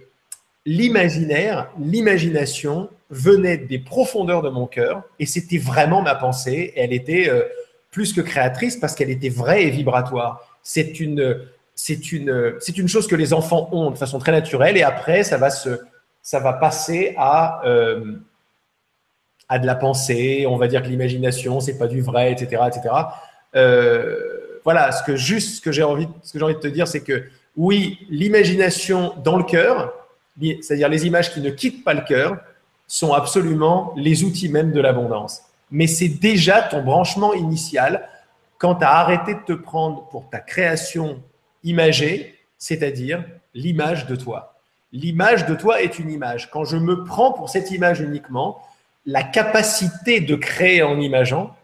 l'imagination venait des profondeurs de mon cœur et c'était vraiment ma pensée. Et elle était plus que créatrice parce qu'elle était vraie et vibratoire. C'est une chose que les enfants ont de façon très naturelle et après, ça va passer à de la pensée. On va dire que l'imagination, c'est pas du vrai, etc., etc. Voilà, ce que j'ai envie de te dire, c'est que oui, l'imagination dans le cœur, c'est-à-dire les images qui ne quittent pas le cœur, sont absolument les outils même de l'abondance. Mais c'est déjà ton branchement initial quand tu as arrêté de te prendre pour ta création imagée, c'est-à-dire l'image de toi. L'image de toi est une image. Quand je me prends pour cette image uniquement, la capacité de créer en imaginant,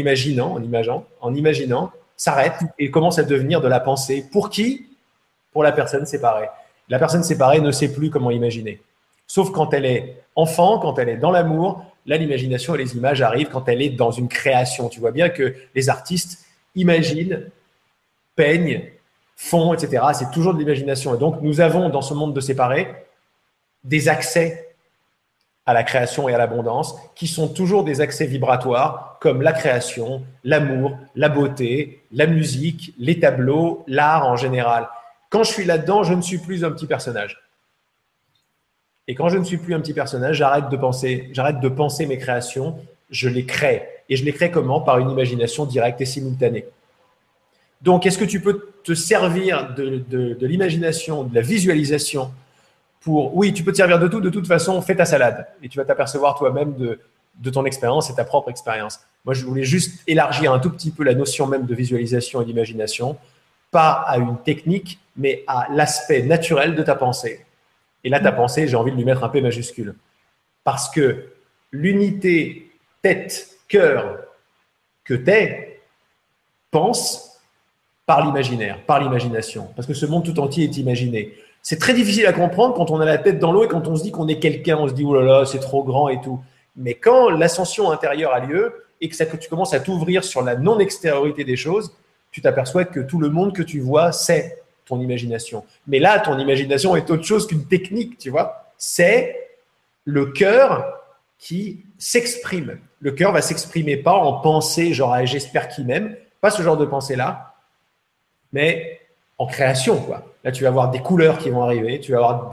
s'arrête et commence à devenir de la pensée. Pour qui? Pour la personne séparée. La personne séparée ne sait plus comment imaginer. Sauf quand elle est enfant, quand elle est dans l'amour, là, l'imagination et les images arrivent quand elle est dans une création. Tu vois bien que les artistes imaginent, peignent, font, etc. C'est toujours de l'imagination. Et donc, nous avons dans ce monde de séparés des accès à la création et à l'abondance qui sont toujours des accès vibratoires comme la création, l'amour, la beauté, la musique, les tableaux, l'art en général. Quand je suis là-dedans, je ne suis plus un petit personnage. Et quand je ne suis plus un petit personnage, j'arrête de penser mes créations, je les crée. Et je les crée comment? Par une imagination directe et simultanée. Donc, est-ce que tu peux te servir de l'imagination, de la visualisation pour… Oui, tu peux te servir de tout. De toute façon, fais ta salade. Et tu vas t'apercevoir toi-même de ton expérience et ta propre expérience. Moi, je voulais juste élargir un tout petit peu la notion même de visualisation et d'imagination, pas à une technique, mais à l'aspect naturel de ta pensée. Et là, ta pensée, j'ai envie de lui mettre un P majuscule. Parce que l'unité tête-cœur que t'es pense par l'imaginaire, par l'imagination. Parce que ce monde tout entier est imaginé. C'est très difficile à comprendre quand on a la tête dans l'eau et quand on se dit qu'on est quelqu'un, on se dit « oh là là, c'est trop grand et tout ». Mais quand l'ascension intérieure a lieu, et que tu commences à t'ouvrir sur la non-extériorité des choses, tu t'aperçois que tout le monde que tu vois, c'est ton imagination. Mais là, ton imagination est autre chose qu'une technique, tu vois. C'est le cœur qui s'exprime. Le cœur va s'exprimer pas en pensée, genre ah, j'espère qu'il m'aime, pas ce genre de pensée-là, mais en création, quoi. Là, tu vas avoir des couleurs qui vont arriver, tu vas avoir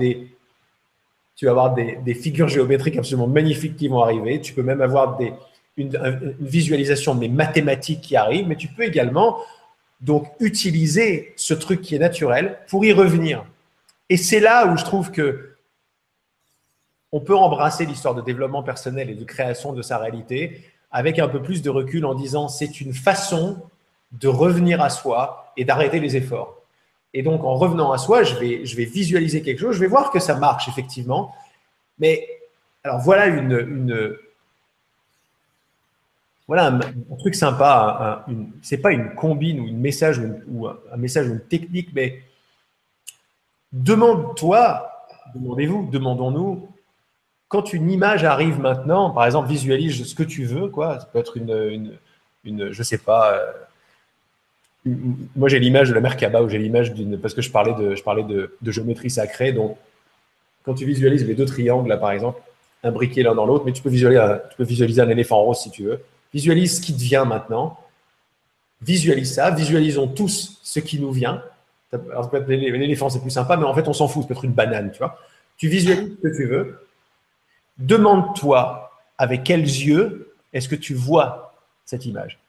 des figures géométriques absolument magnifiques qui vont arriver, tu peux même avoir une visualisation mais mathématique qui arrive, mais tu peux également donc utiliser ce truc qui est naturel pour y revenir. Et c'est là où je trouve que on peut embrasser l'histoire de développement personnel et de création de sa réalité avec un peu plus de recul en disant c'est une façon de revenir à soi et d'arrêter les efforts. Et donc, en revenant à soi, je vais visualiser quelque chose, je vais voir que ça marche effectivement. Mais alors voilà voilà un truc sympa. C'est pas une combine ou un message ou une technique, mais demandons-nous, quand une image arrive maintenant, par exemple, visualise ce que tu veux, quoi. Ça peut être je sais pas. Moi, j'ai l'image de la Merkaba ou j'ai l'image parce que je parlais de géométrie sacrée. Donc, quand tu visualises les deux triangles, là, par exemple, imbriqués l'un dans l'autre, mais tu peux visualiser un éléphant rose si tu veux. Visualise ce qui te vient maintenant. Visualise ça. Visualisons tous ce qui nous vient. Alors, l'éléphant, c'est plus sympa, mais en fait, on s'en fout. Ça peut être une banane, tu vois. Tu visualises ce que tu veux. Demande-toi avec quels yeux est-ce que tu vois cette image.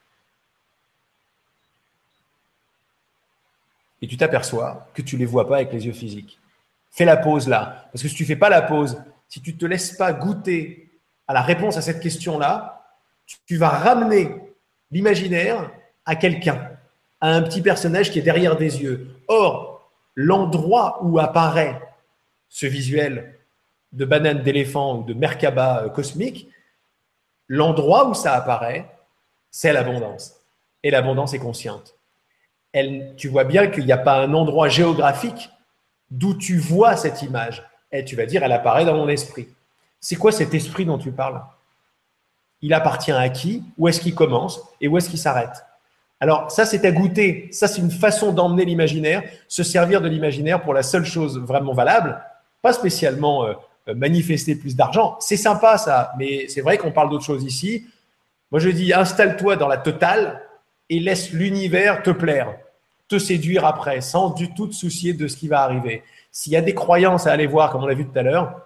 Et tu t'aperçois que tu ne les vois pas avec les yeux physiques. Fais la pause là. Parce que si tu ne fais pas la pause, si tu ne te laisses pas goûter à la réponse à cette question-là, tu vas ramener l'imaginaire à quelqu'un, à un petit personnage qui est derrière des yeux. Or, l'endroit où apparaît ce visuel de banane d'éléphant ou de Merkaba cosmique, l'endroit où ça apparaît, c'est l'abondance. Et l'abondance est consciente. Tu vois bien qu'il n'y a pas un endroit géographique d'où tu vois cette image. Et tu vas dire, elle apparaît dans mon esprit. C'est quoi cet esprit dont tu parles? Il appartient à qui? Où est-ce qu'il commence? Et où est-ce qu'il s'arrête? Alors ça, c'est à goûter. Ça, c'est une façon d'emmener l'imaginaire, se servir de l'imaginaire pour la seule chose vraiment valable, pas spécialement manifester plus d'argent. C'est sympa ça, mais c'est vrai qu'on parle d'autre chose ici. Moi, je dis, installe-toi dans la totale et laisse l'univers te plaire, te séduire après, sans du tout te soucier de ce qui va arriver. S'il y a des croyances à aller voir, comme on l'a vu tout à l'heure,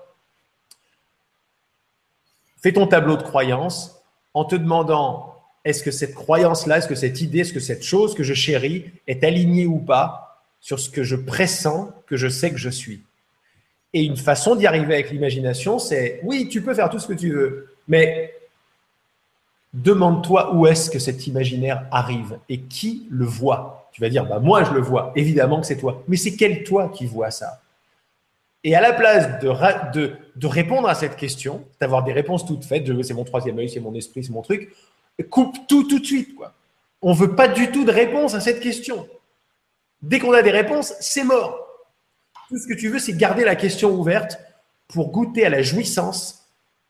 fais ton tableau de croyances en te demandant est-ce que cette croyance-là, est-ce que cette idée, est-ce que cette chose que je chéris est alignée ou pas sur ce que je pressens, que je sais que je suis. Et une façon d'y arriver avec l'imagination, c'est oui, tu peux faire tout ce que tu veux, mais demande-toi où est-ce que cet imaginaire arrive et qui le voit. Tu vas dire, bah moi je le vois, évidemment que c'est toi. Mais c'est quel toi qui voit ça? Et à la place de répondre à cette question, d'avoir des réponses toutes faites, c'est mon troisième œil, c'est mon esprit, c'est mon truc, coupe tout de suite, quoi. On ne veut pas du tout de réponse à cette question. Dès qu'on a des réponses, c'est mort. Tout ce que tu veux, c'est garder la question ouverte pour goûter à la jouissance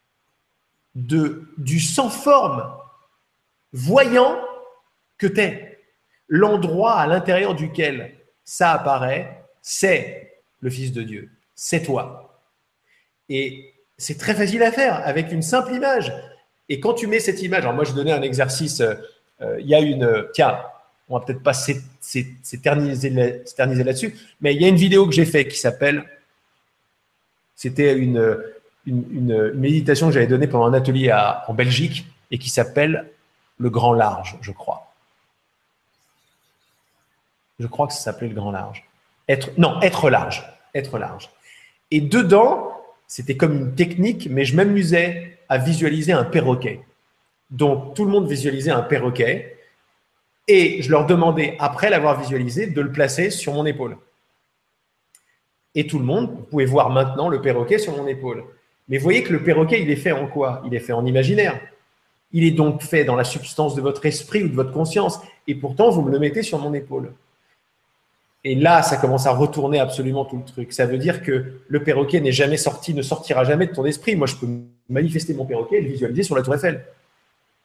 du sans forme voyant que tu es. L'endroit à l'intérieur duquel ça apparaît, c'est le Fils de Dieu. C'est toi. Et c'est très facile à faire avec une simple image. Et quand tu mets cette image, alors moi je donnais un exercice, il y a tiens, on va peut-être pas s'éterniser là-dessus, mais il y a une vidéo que j'ai faite qui s'appelle, c'était une méditation que j'avais donnée pendant un atelier en Belgique et qui s'appelle le grand large, je crois. Je crois que ça s'appelait le grand large. Être large. Être large. Et dedans, c'était comme une technique, mais je m'amusais à visualiser un perroquet. Donc, tout le monde visualisait un perroquet et je leur demandais, après l'avoir visualisé, de le placer sur mon épaule. Et tout le monde, vous pouvez voir maintenant le perroquet sur mon épaule. Mais vous voyez que le perroquet, il est fait en quoi? Il est fait en imaginaire. Il est donc fait dans la substance de votre esprit ou de votre conscience. Et pourtant, vous me le mettez sur mon épaule. Et là, ça commence à retourner absolument tout le truc. Ça veut dire que le perroquet n'est jamais sorti, ne sortira jamais de ton esprit. Moi, je peux manifester mon perroquet et le visualiser sur la Tour Eiffel.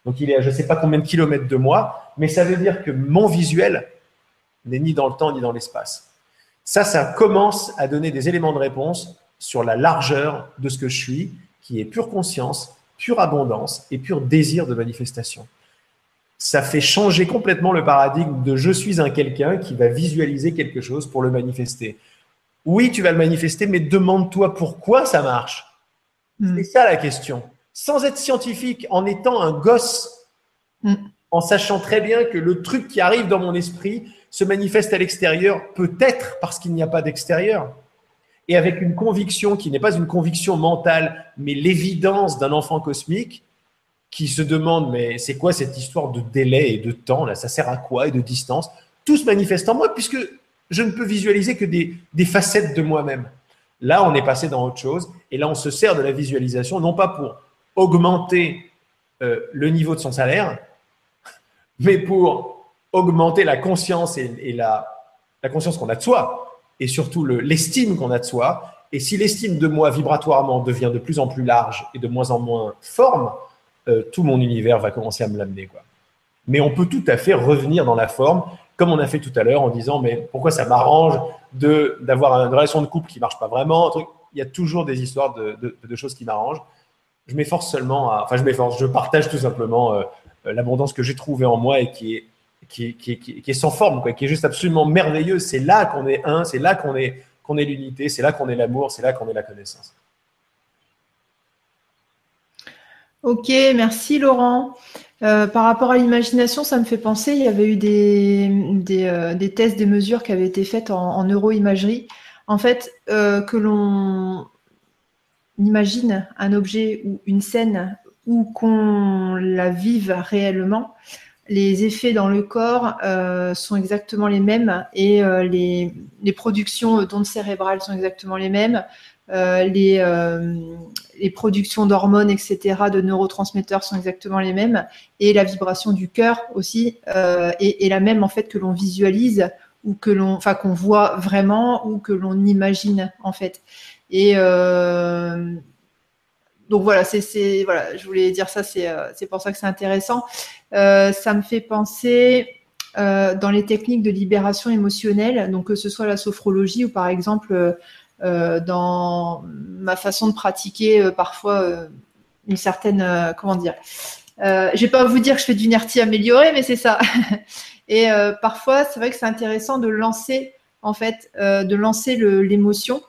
Donc, il est à je ne sais pas combien de kilomètres de moi, mais ça veut dire que mon visuel n'est ni dans le temps ni dans l'espace. Ça commence à donner des éléments de réponse sur la largeur de ce que je suis, qui est pure conscience, pure abondance et pur désir de manifestation. Ça fait changer complètement le paradigme de je suis un quelqu'un qui va visualiser quelque chose pour le manifester. Oui, tu vas le manifester, mais demande-toi pourquoi ça marche. C'est ça la question. Sans être scientifique, en étant un gosse, en sachant très bien que le truc qui arrive dans mon esprit se manifeste à l'extérieur, peut-être parce qu'il n'y a pas d'extérieur. Et avec une conviction qui n'est pas une conviction mentale, mais l'évidence d'un enfant cosmique qui se demande, mais c'est quoi cette histoire de délai et de temps, là, ça sert à quoi, et de distance? Tout se manifeste en moi, puisque je ne peux visualiser que des facettes de moi-même. Là, on est passé dans autre chose, et là, on se sert de la visualisation, non pas pour augmenter le niveau de son salaire, mais pour augmenter la conscience et la conscience qu'on a de soi, et surtout l'estime qu'on a de soi. Et si l'estime de moi vibratoirement devient de plus en plus large et de moins en moins forme, tout mon univers va commencer à me l'amener, quoi. Mais on peut tout à fait revenir dans la forme, comme on a fait tout à l'heure, en disant mais pourquoi ça m'arrange d'avoir une relation de couple qui marche pas vraiment, un truc. Il y a toujours des histoires de choses qui m'arrangent. Je m'efforce seulement je partage tout simplement l'abondance que j'ai trouvée en moi et qui est sans forme, quoi, qui est juste absolument merveilleuse. C'est là qu'on est un, c'est là qu'on est l'unité, c'est là qu'on est l'amour, c'est là qu'on est la connaissance. Ok, merci Laurent. Par rapport à l'imagination, ça me fait penser, il y avait eu des tests, des mesures qui avaient été faites en neuroimagerie. En fait, que l'on imagine un objet ou une scène ou qu'on la vive réellement, les effets dans le corps sont exactement les mêmes et les productions d'ondes cérébrales sont exactement les mêmes. Les productions d'hormones, etc., de neurotransmetteurs sont exactement les mêmes, et la vibration du cœur aussi est la même en fait que l'on visualise ou qu'on voit vraiment ou que l'on imagine en fait. Et donc voilà, voilà, je voulais dire ça, c'est pour ça que c'est intéressant. Ça me fait penser dans les techniques de libération émotionnelle, donc que ce soit la sophrologie ou par exemple dans ma façon de pratiquer parfois une certaine comment dire, je vais pas vous dire que je fais du NERTI amélioré, mais c'est ça. Et parfois c'est vrai que c'est intéressant de lancer en fait l'émotion.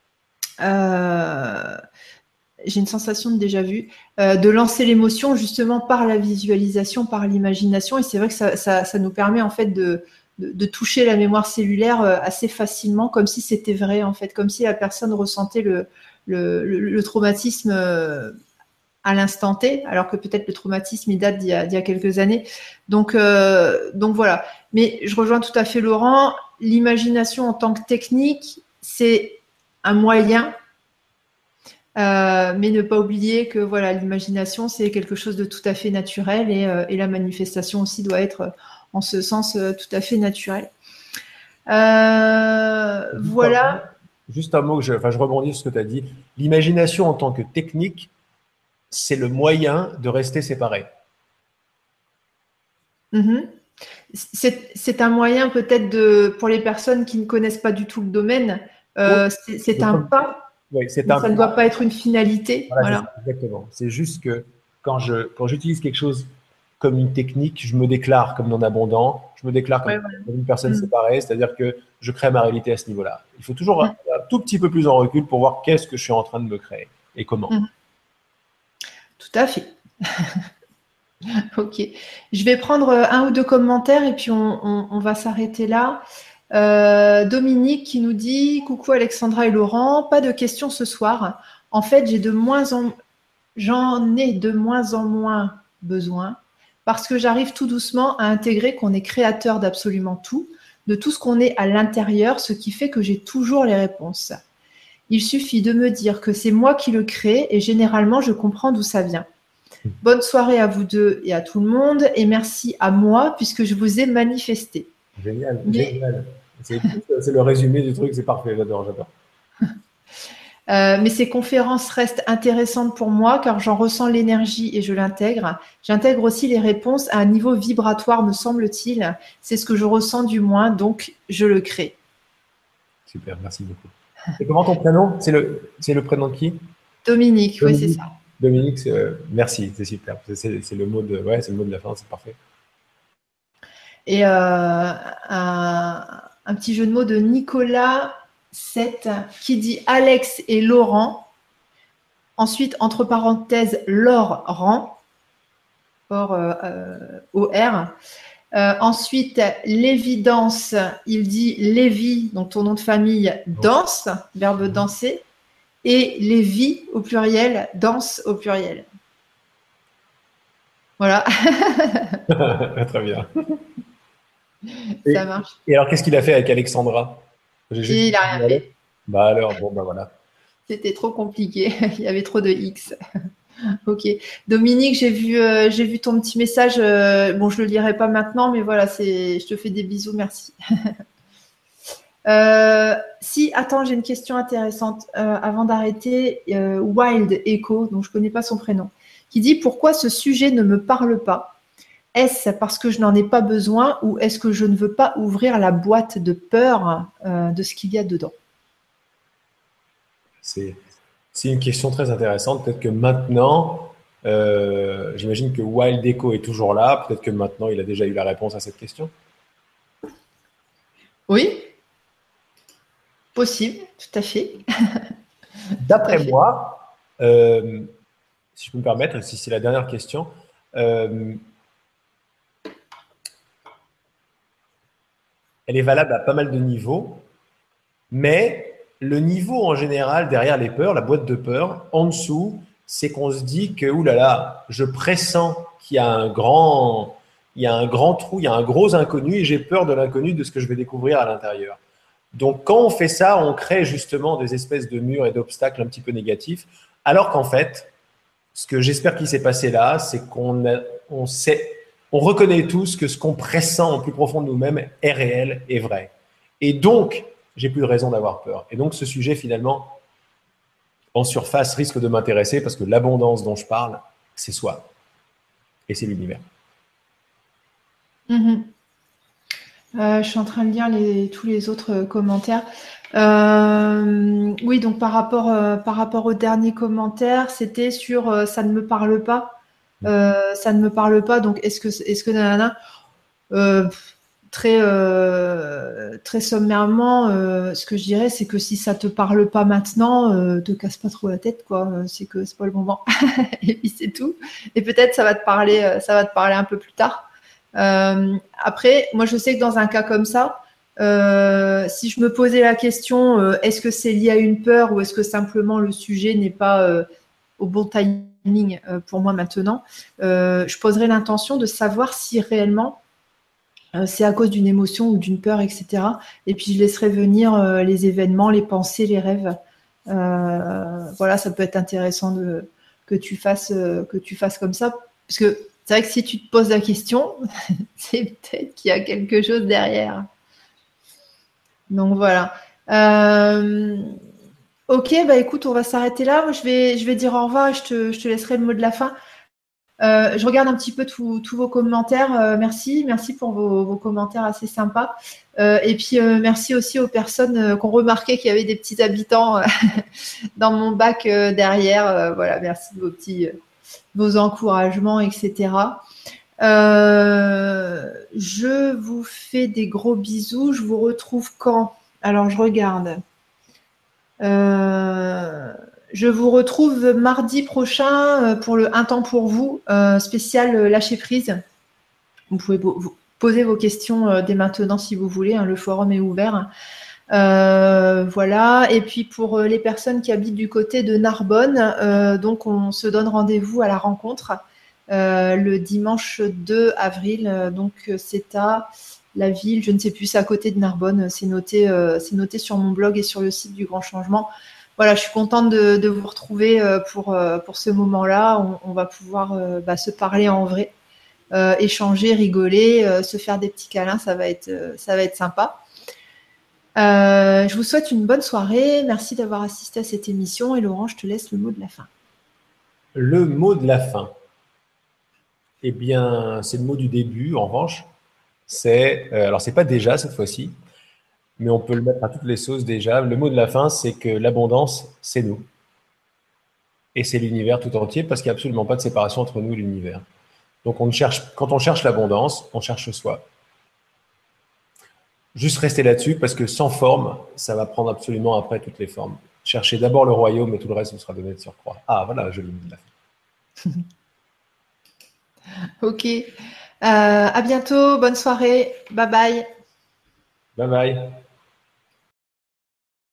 J'ai une sensation de déjà vu, de lancer l'émotion justement par la visualisation, par l'imagination, et c'est vrai que ça nous permet en fait de toucher la mémoire cellulaire assez facilement, comme si c'était vrai en fait, comme si la personne ressentait le traumatisme à l'instant T, alors que peut-être le traumatisme il date d'il y a quelques années. Donc voilà. Mais je rejoins tout à fait Laurent. L'imagination en tant que technique, c'est un moyen. Mais ne pas oublier que voilà, l'imagination c'est quelque chose de tout à fait naturel et la manifestation aussi doit être en ce sens tout à fait naturel. Voilà. Juste un mot, je rebondis sur ce que tu as dit. L'imagination en tant que technique, c'est le moyen de rester séparé. C'est un moyen peut-être pour les personnes qui ne connaissent pas du tout le domaine, c'est un pas. Oui, ça ne doit pas être une finalité. Voilà. Exactement. C'est juste que quand j'utilise quelque chose comme une technique, je me déclare comme non abondant, je me déclare comme une personne séparée, c'est-à-dire que je crée ma réalité à ce niveau-là. Il faut toujours un tout petit peu plus en recul pour voir qu'est-ce que je suis en train de me créer et comment. Tout à fait. Ok. Je vais prendre un ou deux commentaires et puis on va s'arrêter là. Dominique qui nous dit « Coucou Alexandra et Laurent, pas de questions ce soir. En fait, j'en ai de moins en moins besoin parce que j'arrive tout doucement à intégrer qu'on est créateur d'absolument tout, de tout ce qu'on est à l'intérieur, ce qui fait que j'ai toujours les réponses. Il suffit de me dire que c'est moi qui le crée et généralement, je comprends d'où ça vient. Bonne soirée à vous deux et à tout le monde et merci à moi puisque je vous ai manifesté. » Génial, génial. C'est le résumé du truc, c'est parfait, j'adore. Mais ces conférences restent intéressantes pour moi car j'en ressens l'énergie et je l'intègre. J'intègre aussi les réponses à un niveau vibratoire, me semble-t-il. C'est ce que je ressens du moins, donc je le crée. Super, merci beaucoup. Et comment ton prénom? C'est le prénom de qui? Dominique, oui, c'est Dominique. ça. Dominique, merci, c'est super. C'est le mot c'est le mot de la fin, c'est parfait. Et un petit jeu de mots de Nicolas 7 qui dit Alex et Laurent. Ensuite, entre parenthèses, Laurent, O-R. Ensuite, l'évidence, il dit Lévi, donc ton nom de famille, danse, verbe danser. Et Lévi au pluriel, danse au pluriel. Voilà. Très bien. Ça marche. Et alors, qu'est-ce qu'il a fait avec Alexandra? Et il n'a rien fait. Bah alors, bon, bah voilà. C'était trop compliqué. Il y avait trop de X. Ok. Dominique, j'ai vu ton petit message. Bon, je le lirai pas maintenant, mais voilà, je te fais des bisous. Merci. Attends, j'ai une question intéressante avant d'arrêter. Wild Echo, donc je connais pas son prénom, qui dit pourquoi ce sujet ne me parle pas? Est-ce parce que je n'en ai pas besoin ou est-ce que je ne veux pas ouvrir la boîte de peur de ce qu'il y a dedans? C'est une question très intéressante. Peut-être que maintenant, j'imagine que Wild Echo est toujours là. Peut-être que maintenant, il a déjà eu la réponse à cette question. Oui, possible, tout à fait. D'après moi, si je peux me permettre, et si c'est la dernière question, elle est valable à pas mal de niveaux, mais le niveau en général derrière les peurs, la boîte de peur, en dessous, c'est qu'on se dit que, oulala, je pressens qu'il y a un grand trou, il y a un gros inconnu et j'ai peur de l'inconnu, de ce que je vais découvrir à l'intérieur. Donc, quand on fait ça, on crée justement des espèces de murs et d'obstacles un petit peu négatifs, alors qu'en fait, ce que j'espère qu'il s'est passé là, c'est on reconnaît tous que ce qu'on pressent au plus profond de nous-mêmes est réel et vrai. Et donc, j'ai plus de raison d'avoir peur. Et donc, ce sujet, finalement, en surface, risque de m'intéresser parce que l'abondance dont je parle, c'est soi. Et c'est l'univers. Je suis en train de lire tous les autres commentaires. Oui, donc par rapport au dernier commentaire, c'était sur ça ne me parle pas. Ça ne me parle pas, donc est-ce que nanana, très sommairement, ce que je dirais, c'est que si ça te parle pas maintenant, te casse pas trop la tête, quoi. C'est que c'est pas le moment. Et puis c'est tout. Et peut-être ça va te parler un peu plus tard. Après, moi je sais que dans un cas comme ça, si je me posais la question, est-ce que c'est lié à une peur ou est-ce que simplement le sujet n'est pas au bon timing pour moi maintenant, je poserais l'intention de savoir si réellement c'est à cause d'une émotion ou d'une peur, etc. Et puis je laisserai venir les événements, les pensées, les rêves. Voilà, ça peut être intéressant que tu fasses comme ça, parce que c'est vrai que si tu te poses la question, c'est peut-être qu'il y a quelque chose derrière. Donc voilà. Ok, bah écoute, on va s'arrêter là. Moi, je vais dire au revoir et je te laisserai le mot de la fin. Je regarde un petit peu tous vos commentaires. Merci pour vos commentaires assez sympas. Et puis merci aussi aux personnes qui ont remarqué qu'il y avait des petits habitants dans mon bac derrière. Voilà, merci de vos encouragements, etc. Je vous fais des gros bisous. Je vous retrouve quand? Alors, je regarde. Je vous retrouve mardi prochain pour le Un temps pour vous, spécial lâcher prise. Vous pouvez vous poser vos questions dès maintenant si vous voulez. Le forum est ouvert. Voilà. Et puis pour les personnes qui habitent du côté de Narbonne, donc on se donne rendez-vous à la rencontre le dimanche 2 avril. Donc c'est à la ville, je ne sais plus, c'est à côté de Narbonne. C'est noté sur mon blog et sur le site du Grand Changement. Voilà, je suis contente de vous retrouver pour ce moment-là. On va pouvoir se parler en vrai, échanger, rigoler, se faire des petits câlins. Ça va être sympa. Je vous souhaite une bonne soirée. Merci d'avoir assisté à cette émission. Et Laurent, je te laisse le mot de la fin. Le mot de la fin. Eh bien, c'est le mot du début, en revanche. Alors, c'est pas déjà cette fois-ci, mais on peut le mettre à toutes les sauces déjà. Le mot de la fin, c'est que l'abondance, c'est nous. Et c'est l'univers tout entier, parce qu'il n'y a absolument pas de séparation entre nous et l'univers. Donc, quand on cherche l'abondance, on cherche soi. Juste rester là-dessus, parce que sans forme, ça va prendre absolument après toutes les formes. Cherchez d'abord le royaume et tout le reste vous sera donné de surcroît. Ah, voilà, joli mot de la fin. Ok. À bientôt. Bonne soirée. Bye bye. Bye bye.